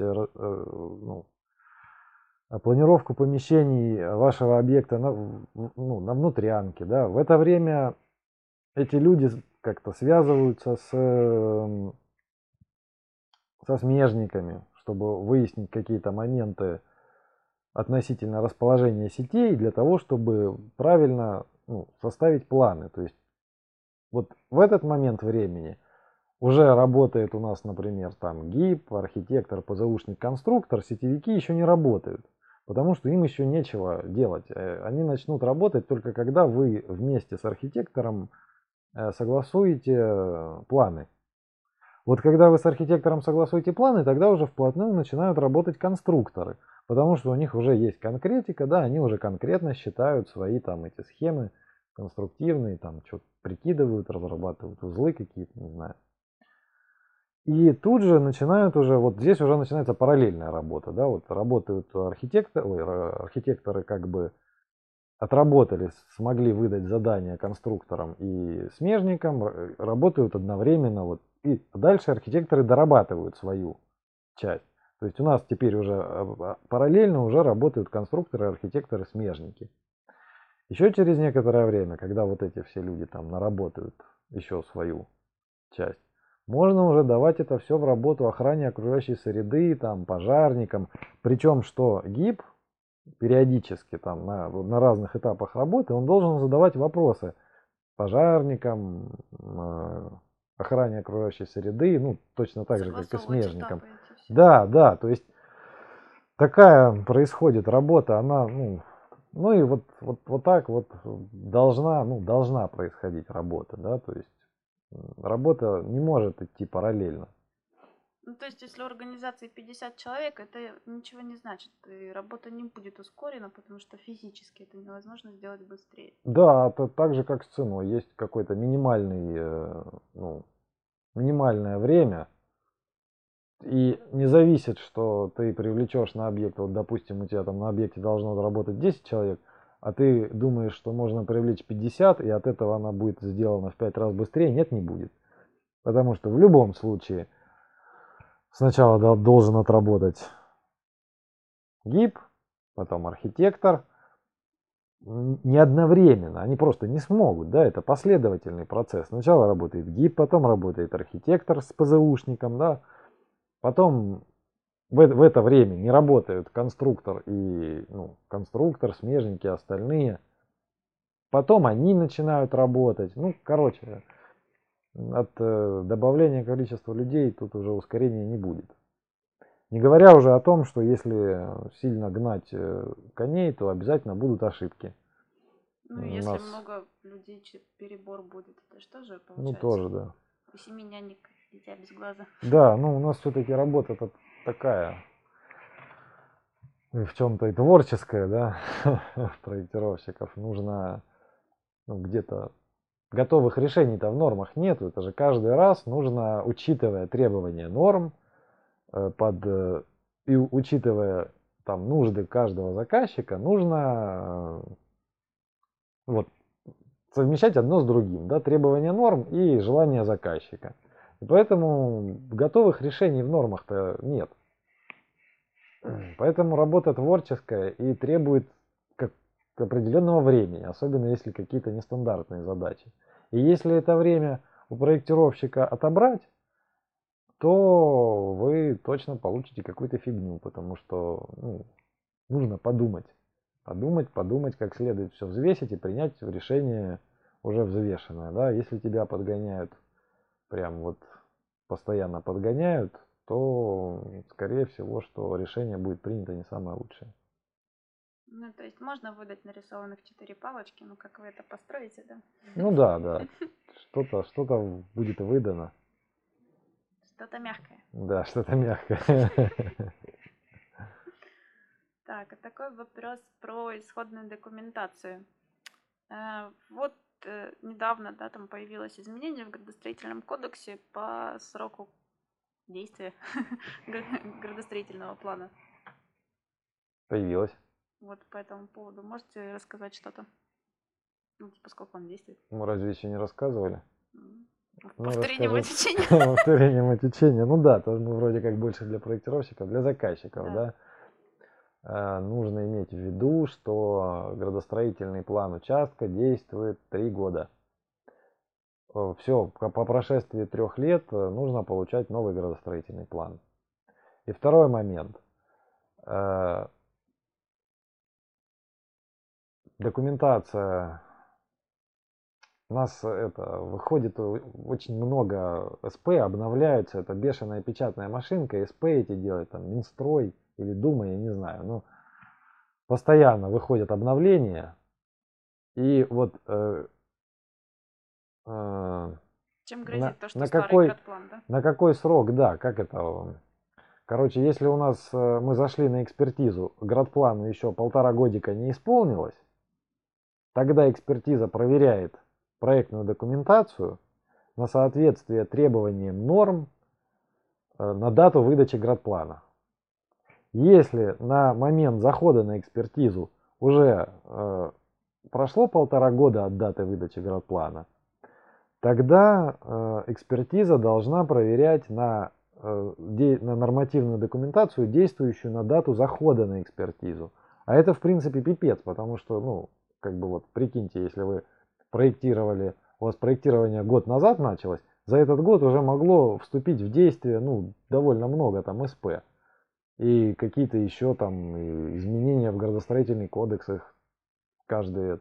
планировку помещений вашего объекта на внутрянке. Да. В это время эти люди как-то связываются со смежниками, чтобы выяснить какие-то моменты относительно расположения сетей для того, чтобы правильно составить планы. То есть вот в этот момент времени уже работает у нас, например, там ГИП, архитектор, ПЗУшник, конструктор, сетевики еще не работают, потому что им еще нечего делать. Они начнут работать только когда вы вместе с архитектором согласуете планы. Вот когда вы с архитектором согласуете планы, тогда уже вплотную начинают работать конструкторы, потому что у них уже есть конкретика, да, они уже конкретно считают свои там эти схемы конструктивные, там что-то прикидывают, разрабатывают узлы какие-то, не знаю. И тут же начинают уже, вот здесь уже начинается параллельная работа, да, вот работают архитекторы как бы отработали, смогли выдать задания конструкторам и смежникам, работают одновременно, вот, и дальше архитекторы дорабатывают свою часть. То есть у нас теперь уже параллельно уже работают конструкторы, архитекторы, смежники. Еще через некоторое время, когда вот эти все люди там наработают еще свою часть, можно уже давать это все в работу охране окружающей среды, там, пожарникам. Причем, что ГИП периодически там на разных этапах работы, он должен задавать вопросы пожарникам, охране окружающей среды, ну, точно так же, как и смежникам. Да, да, то есть такая происходит работа, она, ну и вот так вот должна происходить работа, да, то есть работа не может идти параллельно. Ну, то есть, если у организации 50 человек, это ничего не значит. И работа не будет ускорена, потому что физически это невозможно сделать быстрее. Да, это так же, как с ценой. Есть какое-то минимальное время. И не зависит, что ты привлечешь на объект, вот допустим, у тебя там на объекте должно работать 10 человек, а ты думаешь, что можно привлечь 50, и от этого она будет сделана в 5 раз быстрее. Нет, не будет. Потому что в любом случае сначала должен отработать ГИП, потом архитектор. Не одновременно, они просто не смогут, да, это последовательный процесс. Сначала работает ГИП, потом работает архитектор с ПЗУшником, да, потом в это время не работают конструктор и конструктор, смежники, остальные. Потом они начинают работать. Ну, короче, от добавления количества людей тут уже ускорения не будет. Не говоря уже о том, что если сильно гнать коней, то обязательно будут ошибки. Ну, если много людей, перебор будет, это что же получается? Ну, тоже, да. У 7 нянек дитя без глаза. Да, у нас все-таки работа такая, в чем-то и творческая, да, проектировщиков. Нужно где-то готовых решений-то в нормах нет. Это же каждый раз нужно, учитывая требования норм, и учитывая там нужды каждого заказчика, нужно совмещать одно с другим, да, требования норм и желания заказчика. И поэтому готовых решений в нормах-то нет. Поэтому работа творческая и требует определенного времени, особенно если какие-то нестандартные задачи. И если это время у проектировщика отобрать, то вы точно получите какую-то фигню, потому что нужно подумать, как следует все взвесить и принять решение уже взвешенное. Да? Если тебя подгоняют, прям вот постоянно подгоняют, то скорее всего, что решение будет принято не самое лучшее. Ну, то есть можно выдать нарисованных 4 палочки, но как вы это построите, да? Ну да. Что-то будет выдано. Что-то мягкое. Да, что-то мягкое. Так, а такой вопрос про исходную документацию. Вот недавно, да, там появилось изменение в градостроительном кодексе по сроку действия градостроительного плана. Появилось. Вот по этому поводу можете рассказать что-то? Ну, типа, сколько он действует? Мы разве еще не рассказывали? Ну, Повторение расскажи течения. повторением течения. Ну да, то вроде как больше для проектировщиков, для заказчиков, Да. да. Нужно иметь в виду, что градостроительный план участка действует 3 года. Все, по прошествии 3 лет нужно получать новый градостроительный план. И второй момент. Документация. У нас это выходит очень много СП, обновляются, это бешеная печатная машинка, СП эти делает, там, Минстрой или Дума, я не знаю. Но постоянно выходят обновления, и вот Чем грозит то, что на старый какой, градплан, да? на какой срок, да, как это. Короче, если у нас мы зашли на экспертизу, градплану еще 1,5 годика не исполнилось, тогда экспертиза проверяет проектную документацию на соответствие требованиям норм на дату выдачи градплана. Если на момент захода на экспертизу уже прошло 1,5 года от даты выдачи градплана, тогда экспертиза должна проверять на нормативную документацию, действующую на дату захода на экспертизу. А это в принципе пипец, потому что, ну, как бы вот прикиньте, если вы проектировали, у вас проектирование год назад началось, за этот год уже могло вступить в действие, ну, довольно много там СП. И какие-то еще там изменения в градостроительный кодекс, их каждый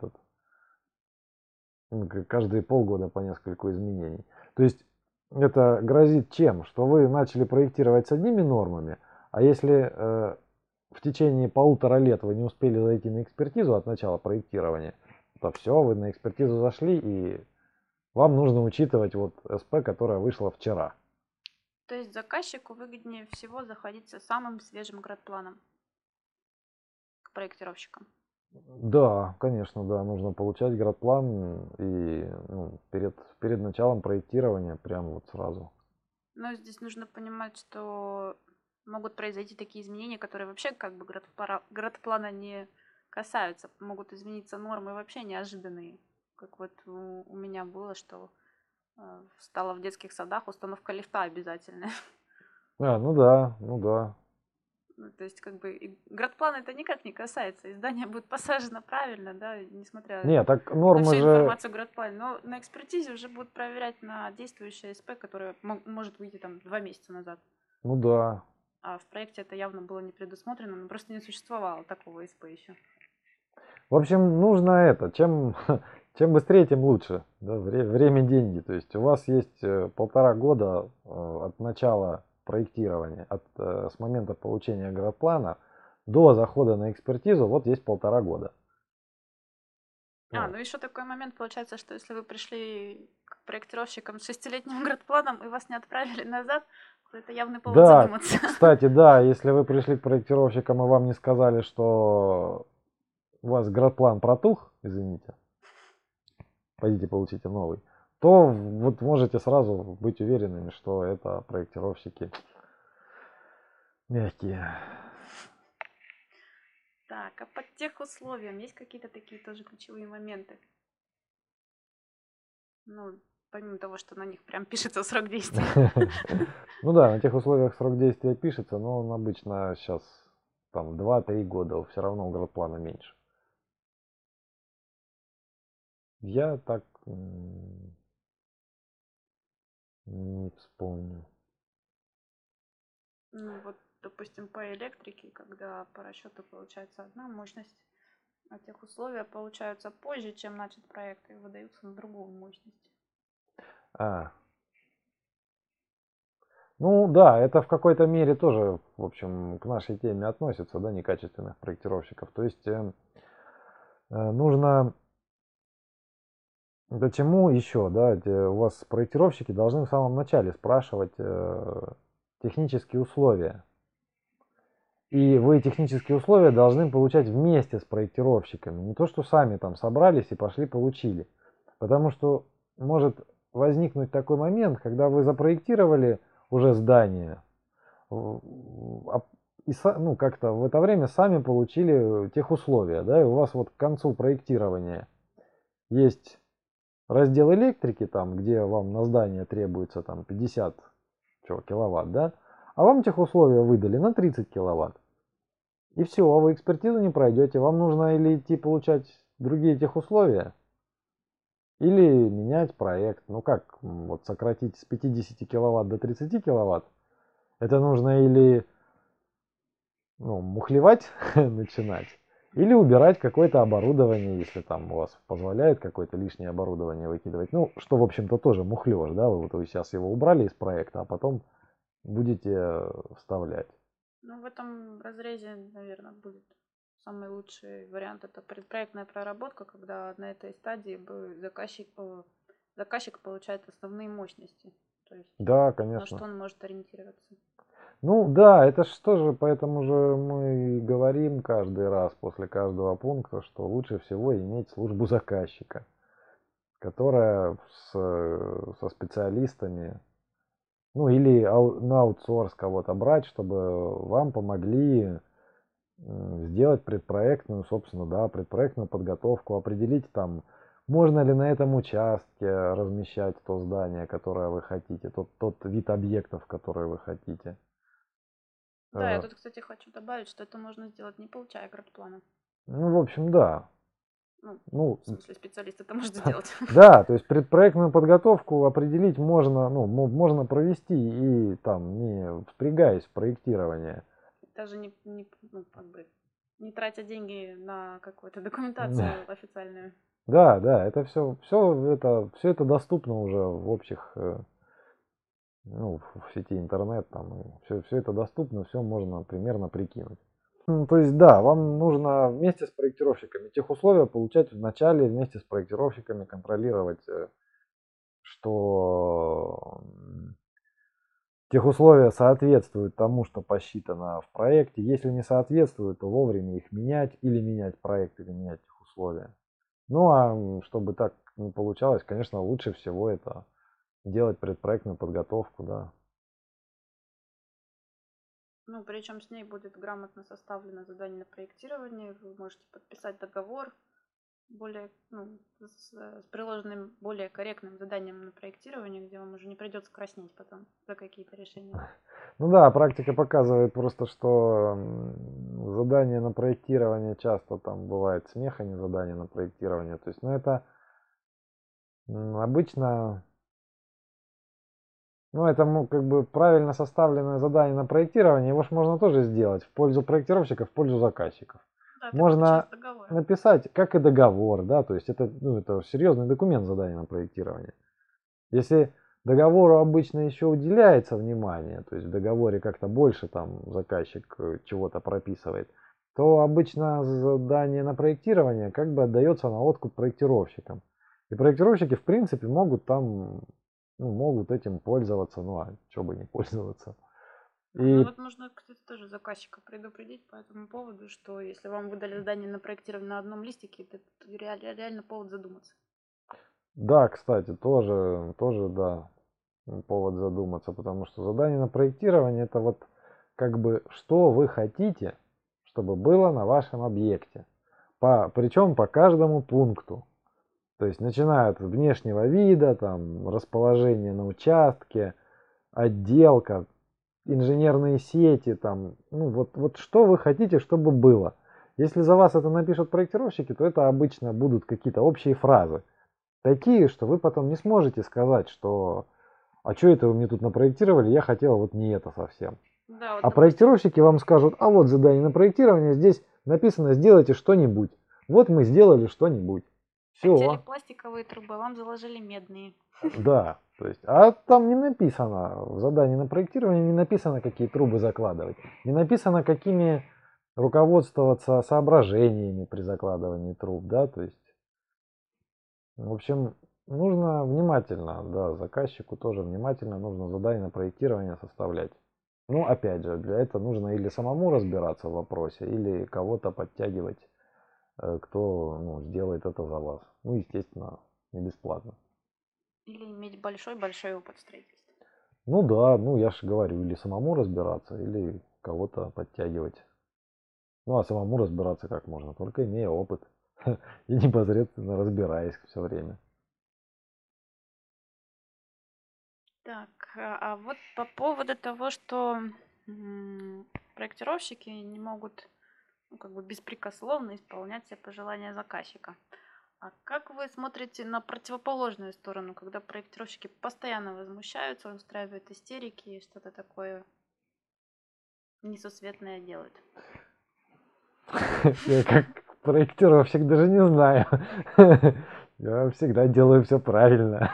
каждые полгода по нескольку изменений. То есть это грозит чем? Что вы начали проектировать с одними нормами, а если в течение 1,5 лет вы не успели зайти на экспертизу от начала проектирования, то все, вы на экспертизу зашли, и вам нужно учитывать вот СП, которая вышла вчера. То есть заказчику выгоднее всего заходить со самым свежим градпланом к проектировщикам. Да, конечно, да, нужно получать градплан и ну, перед началом проектирования прям вот сразу. Но здесь нужно понимать, что могут произойти такие изменения, которые вообще как бы градплана не касаются. Могут измениться нормы вообще неожиданные. Как вот у меня было, что стала в детских садах установка лифта обязательная. Ну да, ну да. Ну, то есть, как бы, градплана это никак не касается. И здание будет посажено правильно, да, несмотря Не, так на нормы всю же, информацию о градплане. Но на экспертизе уже будут проверять на действующее СП, которое может выйти там 2 месяца назад. ну да. А в проекте это явно было не предусмотрено, но просто не существовало такого СП еще. В общем, нужно это, чем быстрее, тем лучше. Да, время, деньги. То есть у вас есть 1,5 года от начала проектирования, с момента получения градплана до захода на экспертизу, вот есть 1,5 года. Ну еще такой момент получается, что если вы пришли к проектировщикам с 6-летним градпланом и вас не отправили назад, то это явный повод Да, задуматься. кстати, да, если вы пришли к проектировщикам и вам не сказали, что у вас градплан протух, извините, пойдите получите новый, то вот можете сразу быть уверенными, что это проектировщики мягкие. Так, а по тех условиям есть какие-то такие тоже ключевые моменты? Ну, помимо того, что на них прям пишется срок действия. Ну да, на тех условиях срок действия пишется, но он обычно сейчас там 2-3 года, все равно у градплана меньше. Я так не вспомню. Ну вот, допустим, по электрике, когда по расчету получается одна мощность, а тех условия получаются позже, чем начат проект, и выдаются на другую мощность. Ну да, это в какой-то мере тоже, в общем, к нашей теме относится, да, некачественных проектировщиков. То есть нужно, почему еще, да, у вас проектировщики должны в самом начале спрашивать технические условия. И вы технические условия должны получать вместе с проектировщиками. Не то, что сами там собрались и пошли получили. Потому что может возникнуть такой момент, когда вы запроектировали уже здание, и ну, как-то в это время сами получили тех условия, да, и у вас вот к концу проектирования есть раздел электрики, там, где вам на здание требуется там 50 киловатт, да, а вам техусловия выдали на 30 киловатт. И все, а вы экспертизу не пройдете. Вам нужно или идти получать другие техусловия, или менять проект. Ну как, вот сократить с 50 киловатт до 30 киловатт, это нужно или мухлевать начинать, или убирать какое-то оборудование, если там у вас позволяет какое-то лишнее оборудование выкидывать. Ну, что, в общем-то, тоже мухлёж, да, вы сейчас его убрали из проекта, а потом будете вставлять. Ну, в этом разрезе, наверное, будет самый лучший вариант. Это предпроектная проработка, когда на этой стадии заказчик получает основные мощности. То есть Да, на что конечно. он может ориентироваться. Ну да, это ж тоже, поэтому же мы и говорим каждый раз после каждого пункта, что лучше всего иметь службу заказчика, которая со специалистами, ну или на аутсорс кого-то брать, чтобы вам помогли сделать предпроектную, собственно, да, предпроектную подготовку, определить там, можно ли на этом участке размещать то здание, которое вы хотите, тот вид объектов, которые вы хотите. Да, я тут, кстати, хочу добавить, что это можно сделать, не получая градплана. Ну, в общем, да. Ну, в смысле, специалист это может сделать. Да, то есть предпроектную подготовку определить можно, ну, можно провести и там не впрягаясь в проектирование. Даже ну, как бы, не тратя деньги на какую-то документацию официальную. Да, да, это все это доступно уже в общих, ну, в сети интернет, там, все это доступно, все можно примерно прикинуть. То есть, да, вам нужно вместе с проектировщиками тех условия получать в начале, вместе с проектировщиками контролировать, что тех условия соответствуют тому, что посчитано в проекте. Если не соответствуют, то вовремя их менять, или менять проект, или менять их условия. Ну а чтобы так не получалось, конечно, лучше всего это делать предпроектную подготовку, да. Ну, причем с ней будет грамотно составлено задание на проектирование. Вы можете подписать договор более, ну, с приложенным более корректным заданием на проектирование, где вам уже не придется краснеть потом за какие-то решения. Ну да, практика показывает просто, что задание на проектирование часто там бывает смех, а не задание на проектирование. То есть, ну это обычно, ну это как бы правильно составленное задание на проектирование, его ж можно тоже сделать в пользу проектировщика, в пользу заказчиков. Да, это как Можно часть договора. написать, как и договор, да, то есть это, ну, это серьезный документ задания на проектирование. Если договору обычно еще уделяется внимание, то есть в договоре как-то больше там заказчик чего-то прописывает, то обычно задание на проектирование как бы отдается на откуп проектировщикам. И проектировщики в принципе могут там, ну, могут этим пользоваться, ну а что бы не пользоваться. Ну И вот нужно, кстати, тоже заказчика предупредить по этому поводу, что если вам выдали задание на проектирование на одном листике, это реально повод задуматься. да, кстати, тоже, да, повод задуматься, потому что задание на проектирование это вот как бы что вы хотите, чтобы было на вашем объекте. Причем по каждому пункту. То есть начиная от внешнего вида, там, расположение на участке, отделка, инженерные сети, там, ну вот что вы хотите, чтобы было. Если за вас это напишут проектировщики, то это обычно будут какие-то общие фразы. Такие, что вы потом не сможете сказать, что а что это вы мне тут напроектировали, я хотела вот не это совсем. Да, вот, А допустим, проектировщики вам скажут, а вот задание на проектирование, здесь написано сделайте что-нибудь. Вот мы сделали что-нибудь. хотели Все. пластиковые трубы, вам заложили медные. Да, то есть, а там не написано, в задании на проектирование не написано, какие трубы закладывать. Не написано, какими руководствоваться соображениями при закладывании труб, да, то есть, в общем, нужно внимательно, да, заказчику тоже внимательно нужно задание на проектирование составлять. Ну, опять же, для этого нужно или самому разбираться в вопросе, или кого-то подтягивать, кто, ну, сделает это за вас. Ну, естественно, не бесплатно. Или иметь большой-большой опыт строительства. Ну да, ну я же говорю, или самому разбираться, или кого-то подтягивать. Ну а самому разбираться как можно, только имея опыт и непосредственно разбираясь все время. Так, а вот по поводу того, что проектировщики не могут как бы беспрекословно исполнять все пожелания заказчика. А как вы смотрите на противоположную сторону, когда проектировщики постоянно возмущаются, устраивают истерики и что-то такое несусветное делают? Я как проектировщик даже не знаю. Я всегда делаю все правильно.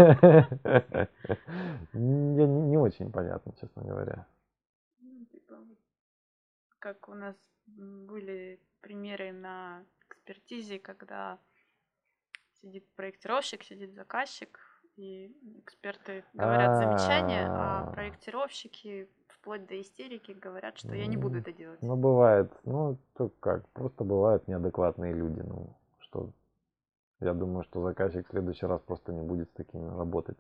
Мне не очень понятно, честно говоря. Типа, как у нас были примеры на экспертизе, когда сидит проектировщик, сидит заказчик, и эксперты говорят замечания, а проектировщики вплоть до истерики говорят, что я не буду это делать. Ну, бывает, ну, то как, просто бывают неадекватные люди, ну, что, я думаю, что заказчик в следующий раз просто не будет с такими работать.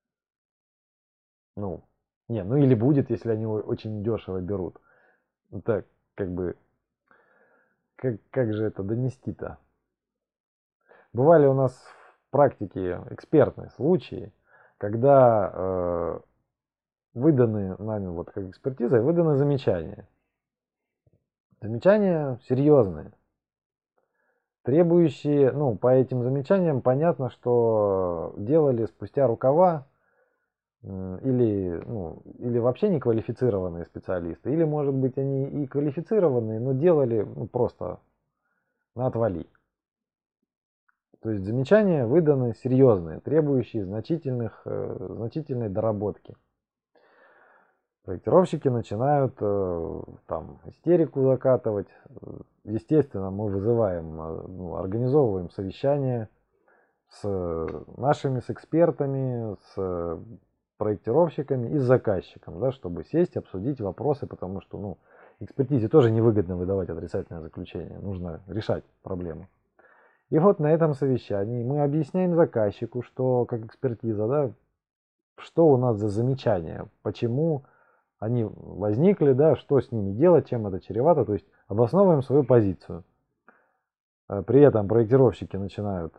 Ну, не, ну или будет, если они очень дешево берут. Так, как бы, как же это донести-то? Бывали у нас в практике экспертные случаи, когда выданы нами, вот как экспертизой, выданы замечания. Замечания серьезные, требующие, ну, по этим замечаниям понятно, что делали спустя рукава или, ну, или вообще неквалифицированные специалисты, или, может быть, они и квалифицированные, но делали просто на отвали. То есть замечания выданы серьезные, требующие значительной доработки. Проектировщики начинают там истерику закатывать. Естественно, мы вызываем, организовываем совещание с нашими, с экспертами, с проектировщиками и с заказчиком, да, чтобы сесть, обсудить вопросы, потому что экспертизе тоже невыгодно выдавать отрицательное заключение, нужно решать проблему. И вот на этом совещании мы объясняем заказчику, что как экспертиза, да, что у нас за замечания, почему они возникли, да, что с ними делать, чем это чревато, то есть обосновываем свою позицию. При этом проектировщики начинают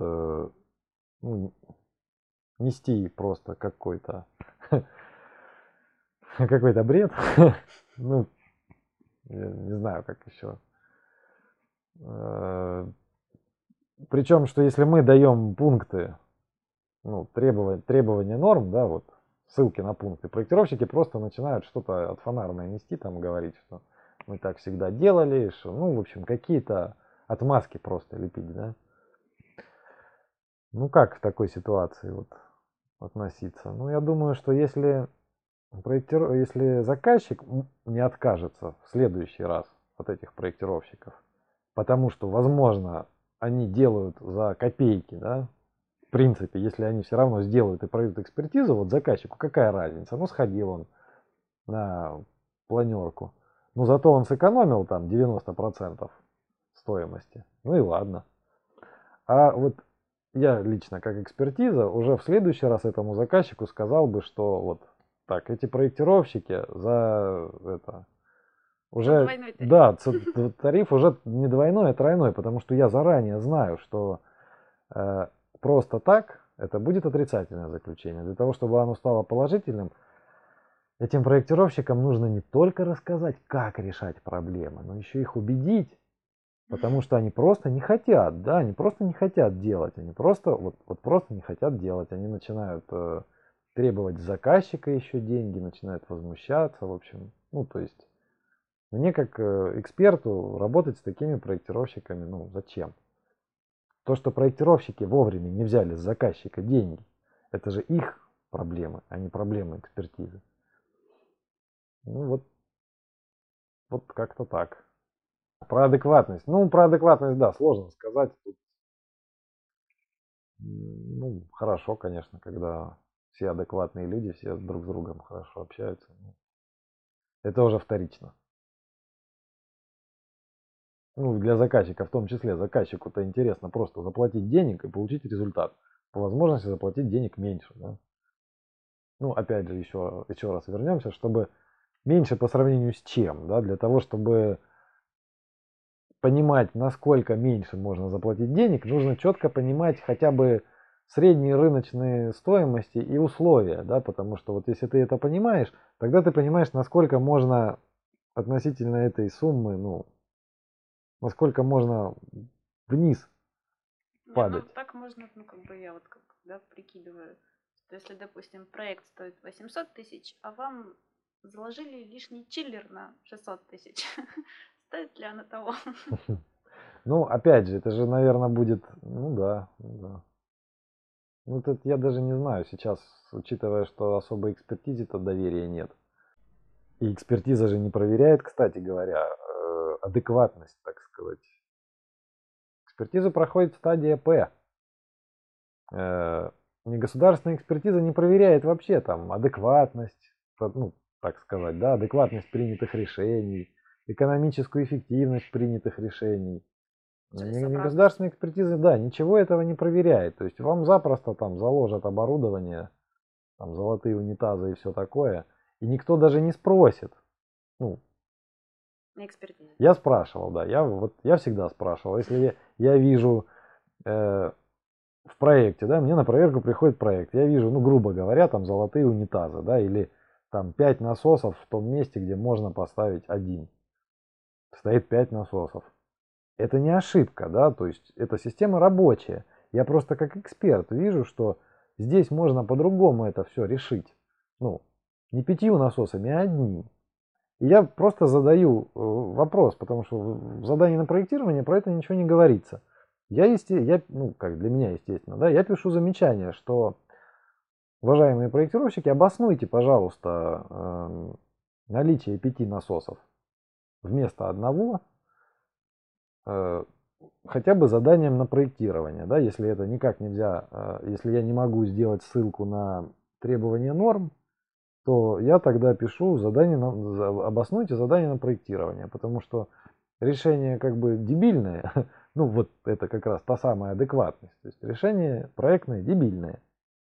нести просто какой-то бред. Ну, я не знаю, как еще. Причем, что если мы даем пункты, требования норм, да, вот ссылки на пункты, проектировщики просто начинают что-то отфонарное нести, там говорить, что мы так всегда делали, что, в общем, какие-то отмазки просто лепить, да. Ну, как в такой ситуации вот относиться? Ну, я думаю, что если заказчик не откажется в следующий раз от этих проектировщиков, потому что, возможно, они делают за копейки, да, в принципе, если они все равно сделают и пройдут экспертизу, вот заказчику какая разница? Ну, сходил он на планерку, но зато он сэкономил там 90% стоимости. Ну и ладно. А вот я лично как экспертиза уже в следующий раз этому заказчику сказал бы, что вот так, эти проектировщики за это уже, Двойной тариф. да, тариф уже не двойной, а тройной, потому что я заранее знаю, что просто так это будет отрицательное заключение. Для того, чтобы оно стало положительным, этим проектировщикам нужно не только рассказать, как решать проблемы, но еще их убедить, потому что они просто не хотят, да, они просто не хотят делать, они просто, вот просто не хотят делать, они начинают требовать с заказчика еще деньги, начинают возмущаться, в общем, то есть мне как эксперту работать с такими проектировщиками, зачем? То, что проектировщики вовремя не взяли с заказчика деньги, это же их проблемы, а не проблемы экспертизы. Вот как-то так. Про адекватность. Про адекватность, да, сложно сказать. Тут, хорошо, конечно, когда все адекватные люди, все друг с другом хорошо общаются. Это уже вторично. Для заказчика, в том числе, заказчику-то интересно просто заплатить денег и получить результат. По возможности заплатить денег меньше, да. Опять же, еще раз вернемся, чтобы меньше по сравнению с чем, да, для того, чтобы понимать, насколько меньше можно заплатить денег, нужно четко понимать хотя бы средние рыночные стоимости и условия, да, потому что вот если ты это понимаешь, тогда ты понимаешь, насколько можно относительно этой суммы, ну, насколько можно вниз Не, ну падать. так можно, ну как бы я вот как, да, прикидываю, что если, допустим, проект стоит 800 тысяч, а вам заложили лишний чиллер на 600 тысяч, стоит ли оно того? Ну, опять же, это же, наверное, будет, ну да, ну да. Ну, тут я даже не знаю сейчас, учитывая, что особой экспертизе-то доверия нет. И экспертиза же не проверяет, кстати говоря, адекватность, так сказать. Экспертиза проходит стадия П. Негосударственная экспертиза не проверяет вообще там адекватность, ну, так сказать, да, адекватность принятых решений, экономическую эффективность принятых решений. Целесообразность. Негосударственная экспертиза, да, ничего этого не проверяет. То есть вам запросто там заложат оборудование, там золотые унитазы и все такое, и никто даже не спросит. Ну, На экспертизе. я спрашивал, да, я всегда спрашивал. Если я вижу в проекте, да, мне на проверку приходит проект, я вижу, ну, грубо говоря, там золотые унитазы, да, или там 5 насосов в том месте, где можно поставить один. Стоит 5 насосов. Это не ошибка, да, то есть эта система рабочая. Я просто как эксперт вижу, что здесь можно по-другому это все решить. Ну, не 5 насосами, а одним. И я просто задаю вопрос, потому что в задании на проектирование про это ничего не говорится. Ну, как для меня, естественно, да, я пишу замечание, что, уважаемые проектировщики, обоснуйте, пожалуйста, наличие 5 насосов вместо одного, э, хотя бы заданием на проектирование, да, если это никак нельзя, если я не могу сделать ссылку на требования норм, то я тогда пишу обоснуйте задание на проектирование, потому что решение как бы дебильное, ну вот это как раз та самая адекватность, то есть решение проектное дебильное.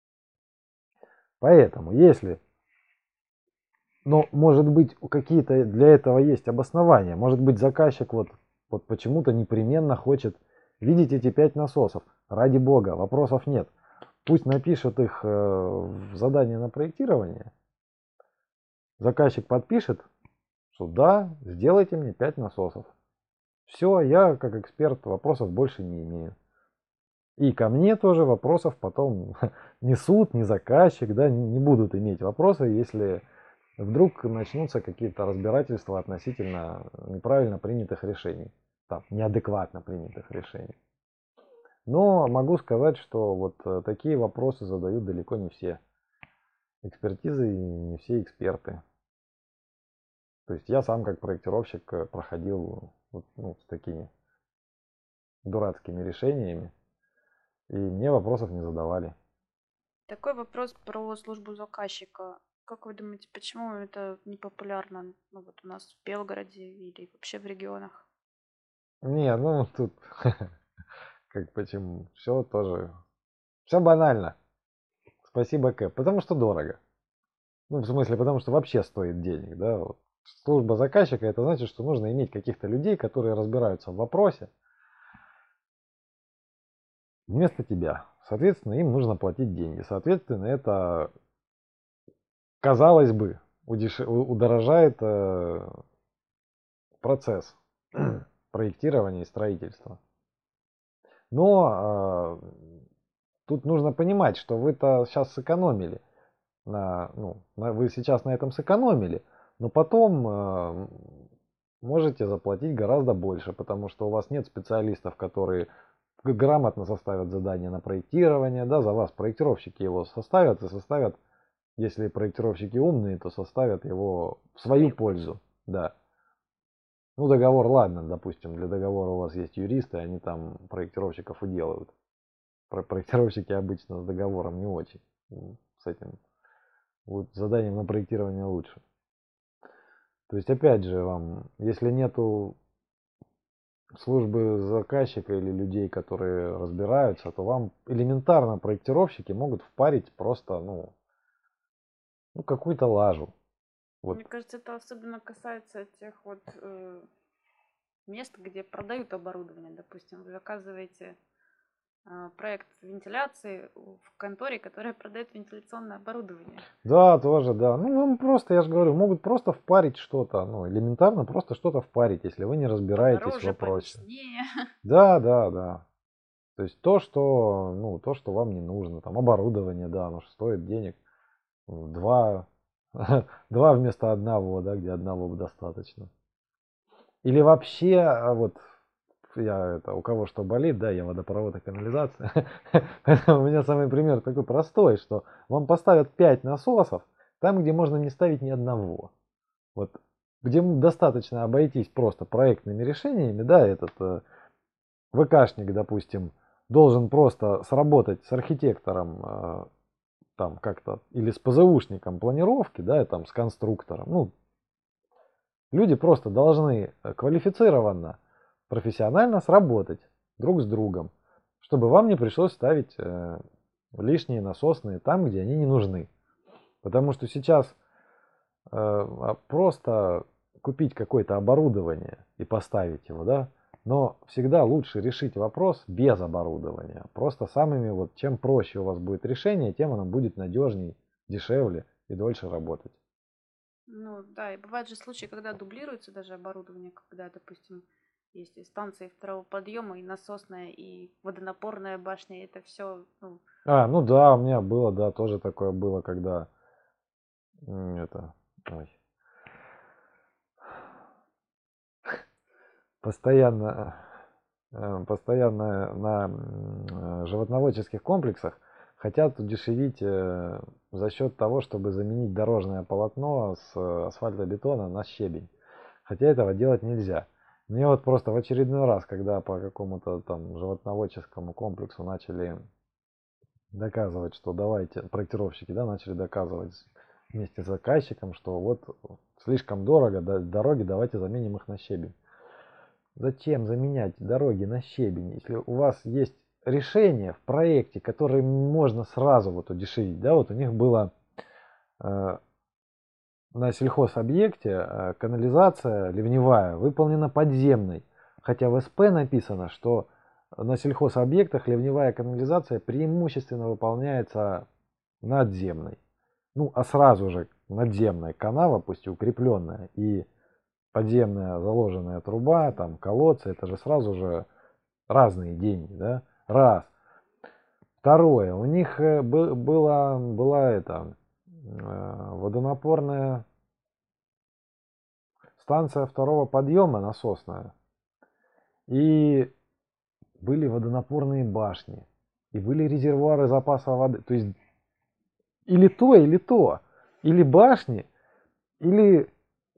Поэтому если, но может быть какие-то для этого есть обоснования, может быть заказчик вот почему-то непременно хочет видеть эти 5 насосов, ради бога, вопросов нет, пусть напишет их в задание на проектирование, заказчик подпишет, что да, сделайте мне 5 насосов. Все, я как эксперт вопросов больше не имею. И ко мне тоже вопросов потом ни суд, ни заказчик, да, не будут иметь вопросы, если вдруг начнутся какие-то разбирательства относительно неправильно принятых решений, там, неадекватно принятых решений. Но могу сказать, что вот такие вопросы задают далеко не все экспертизы и не все эксперты. То есть я сам как проектировщик проходил вот, ну, с такими дурацкими решениями, и мне вопросов не задавали. Такой вопрос про службу заказчика. Как вы думаете, почему это не популярно, ну, вот у нас в Белгороде или вообще в регионах? Не, ну тут как почему? Все тоже. Все банально. Спасибо, Кэп. Потому что дорого. Ну, в смысле, потому что вообще стоит денег, да. Вот. Служба заказчика это значит, что нужно иметь каких-то людей, которые разбираются в вопросе вместо тебя. Соответственно, им нужно платить деньги. Соответственно, это, казалось бы, удорожает процесс проектирования и строительства. Но тут нужно понимать, что вы-то сейчас сэкономили. Вы сейчас на этом сэкономили, но потом можете заплатить гораздо больше, потому что у вас нет специалистов, которые грамотно составят задание на проектирование, да, за вас проектировщики его составят и составят, если проектировщики умные, то составят его в свою пользу, да. Ну, договор, ладно, допустим, для договора у вас есть юристы, они там проектировщиков и делают. Проектировщики обычно с договором не очень. С этим вот заданием на проектирование лучше. То есть, опять же, вам, если нету службы заказчика или людей, которые разбираются, то вам элементарно проектировщики могут впарить просто, ну какую-то лажу. Вот. Мне кажется, это особенно касается тех вот мест, где продают оборудование. Допустим, вы заказываете проект вентиляции в конторе, которая продает вентиляционное оборудование. Да, тоже, да. Ну, вам просто, я же говорю, могут просто впарить что-то, ну, элементарно просто что-то впарить, если вы не разбираетесь в Подороже, вопросе. полишнее. Да, да, да. То есть то, что, ну, то, что вам не нужно, там, оборудование, да, оно же стоит денег. Два, два вместо одного, да, где одного достаточно. Или вообще, вот я это, у кого что болит, да, я водопровод и канализация. Поэтому у меня самый пример такой простой, что вам поставят 5 насосов там, где можно не ставить ни одного. Вот где достаточно обойтись просто проектными решениями, да, этот ВКшник, допустим, должен просто сработать с архитектором там как-то или с ПЗУшником планировки, да, там с конструктором. Ну, люди просто должны квалифицированно, профессионально сработать друг с другом, чтобы вам не пришлось ставить лишние насосные там, где они не нужны. Потому что сейчас просто купить какое-то оборудование и поставить его, да, но всегда лучше решить вопрос без оборудования. Просто самыми вот, чем проще у вас будет решение, тем оно будет надежней, дешевле и дольше работать. Ну да, и бывают же случаи, когда дублируется даже оборудование, когда, допустим, есть и станции второго подъема, и насосная, и водонапорная башня, и это все, ну, Ну да, у меня было, да, тоже такое было, когда это, ой, постоянно, постоянно на животноводческих комплексах хотят удешевить за счет того, чтобы заменить дорожное полотно с асфальтобетона на щебень. Хотя этого делать нельзя. Мне вот просто в очередной раз, когда по какому-то там животноводческому комплексу начали доказывать, что давайте, проектировщики, да, начали доказывать вместе с заказчиком, что вот слишком дорого дороги, давайте заменим их на щебень. Зачем заменять дороги на щебень, если у вас есть решение в проекте, которое можно сразу вот удешевить, да, вот у них было на сельхозобъекте канализация ливневая выполнена подземной, хотя в СП написано, что на сельхозобъектах ливневая канализация преимущественно выполняется надземной. Ну, а сразу же надземная канава, пусть и укрепленная, и подземная заложенная труба, там колодцы, это же сразу же разные деньги, да? Раз. Второе, у них была это водонапорная станция второго подъема насосная, и были водонапорные башни, и были резервуары запаса воды. То есть или то, или то. Или башни, или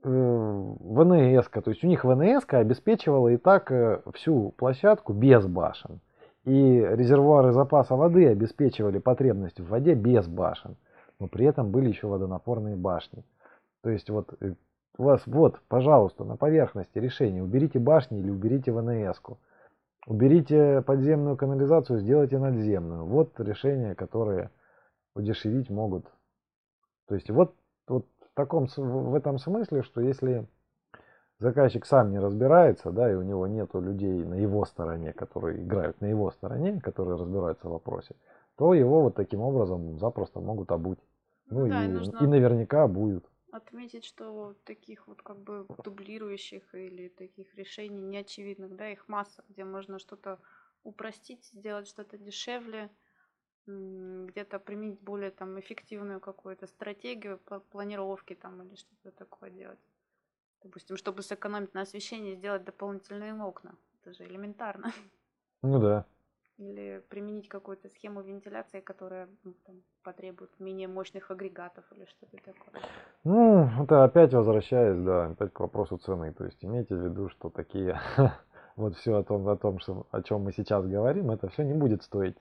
ВНС. То есть у них ВНС обеспечивала и так всю площадку без башен. И резервуары запаса воды обеспечивали потребность в воде без башен. Но при этом были еще водонапорные башни. То есть вот у вас вот, пожалуйста, на поверхности решения уберите башни или уберите ВНС-ку. Уберите подземную канализацию, сделайте надземную. Вот решения, которые удешевить могут. То есть вот в этом смысле, что если заказчик сам не разбирается, да, и у него нету людей на его стороне, которые играют на его стороне, которые разбираются в вопросе, то его вот таким образом запросто могут обуть. ну Ну да, и и нужно наверняка обуют. отметить, что таких вот как бы дублирующих или таких решений неочевидных, да, их масса, где можно что-то упростить, сделать что-то дешевле, где-то применить более там эффективную какую-то стратегию по планировке там или что-то такое делать. Допустим, чтобы сэкономить на освещении, сделать дополнительные окна. Это же элементарно. Ну да. Или применить какую-то схему вентиляции, которая там, потребует менее мощных агрегатов или что-то такое. Ну, это опять возвращаясь, да, опять к вопросу цены. То есть имейте в виду, что такие вот все о чем мы сейчас говорим, это все не будет стоить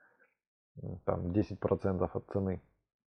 там 10% от цены.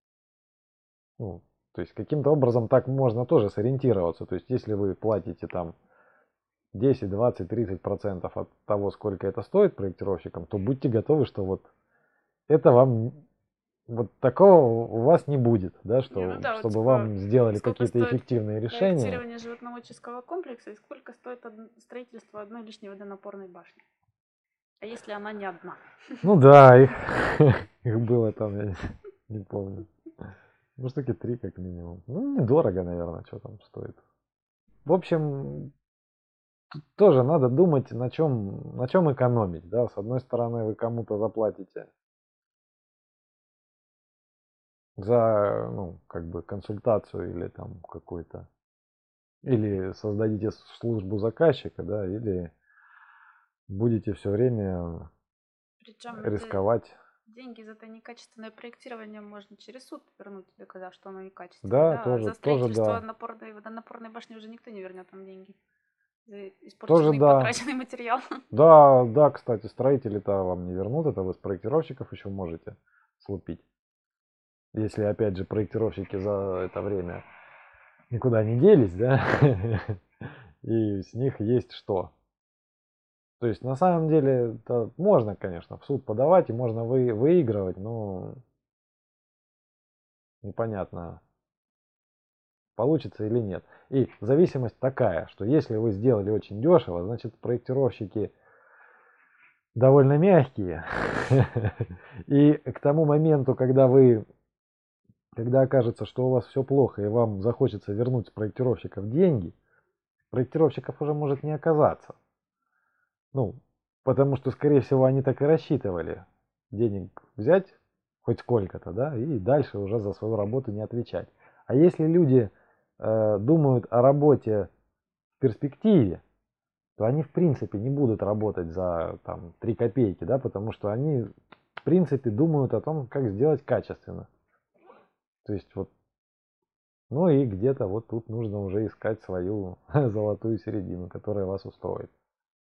Ну, то есть каким-то образом так можно тоже сориентироваться. То есть если вы платите там 10, 20, 30% от того, сколько это стоит проектировщикам, то будьте готовы, что вот это вам вот такого у вас не будет, да, Не, ну что, да, вот чтобы типа, вам сделали сколько какие-то стоит эффективные решения. проектирование животноводческого комплекса и сколько стоит строительство одной лишней водонапорной башни. А если она не одна? Ну да, их было там, я не помню. Ну, штуки 3 как минимум. Ну, недорого, наверное, что там стоит. В общем, тут тоже надо думать, на чем экономить, да. С одной стороны, вы кому-то заплатите за, ну, как бы консультацию или там какой-то, или создадите службу заказчика, да, или будете все время Причем это рисковать. деньги за это некачественное проектирование можно через суд вернуть, доказав, что оно некачественное, Да, да? А тоже, за тоже строительство да. напорной, водонапорной башни уже никто не вернет там деньги. За Тоже испорченный да. потраченный материал. Да, да, кстати, строители-то вам не вернут, это вы с проектировщиков еще можете слупить. Если, опять же, проектировщики за это время никуда не делись, да, и с них есть что. То есть, на самом деле, это можно, конечно, в суд подавать и можно выигрывать, но непонятно, получится или нет. И зависимость такая, что если вы сделали очень дешево, значит, проектировщики довольно мягкие. И к тому моменту, когда окажется, что у вас все плохо и вам захочется вернуть с проектировщиков деньги, проектировщиков уже может не оказаться. Ну, потому что, скорее всего, они так и рассчитывали денег взять хоть сколько-то, да, и дальше уже за свою работу не отвечать. А если люди думают о работе в перспективе, то они в принципе не будут работать за там 3 копейки, да, потому что они в принципе думают о том, как сделать качественно. То есть вот, ну и где-то вот тут нужно уже искать свою золотую середину, которая вас устроит.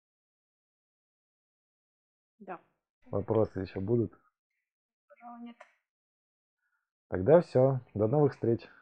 Да, Вопросы еще будут? пожалуй, нет. Тогда все. До новых встреч.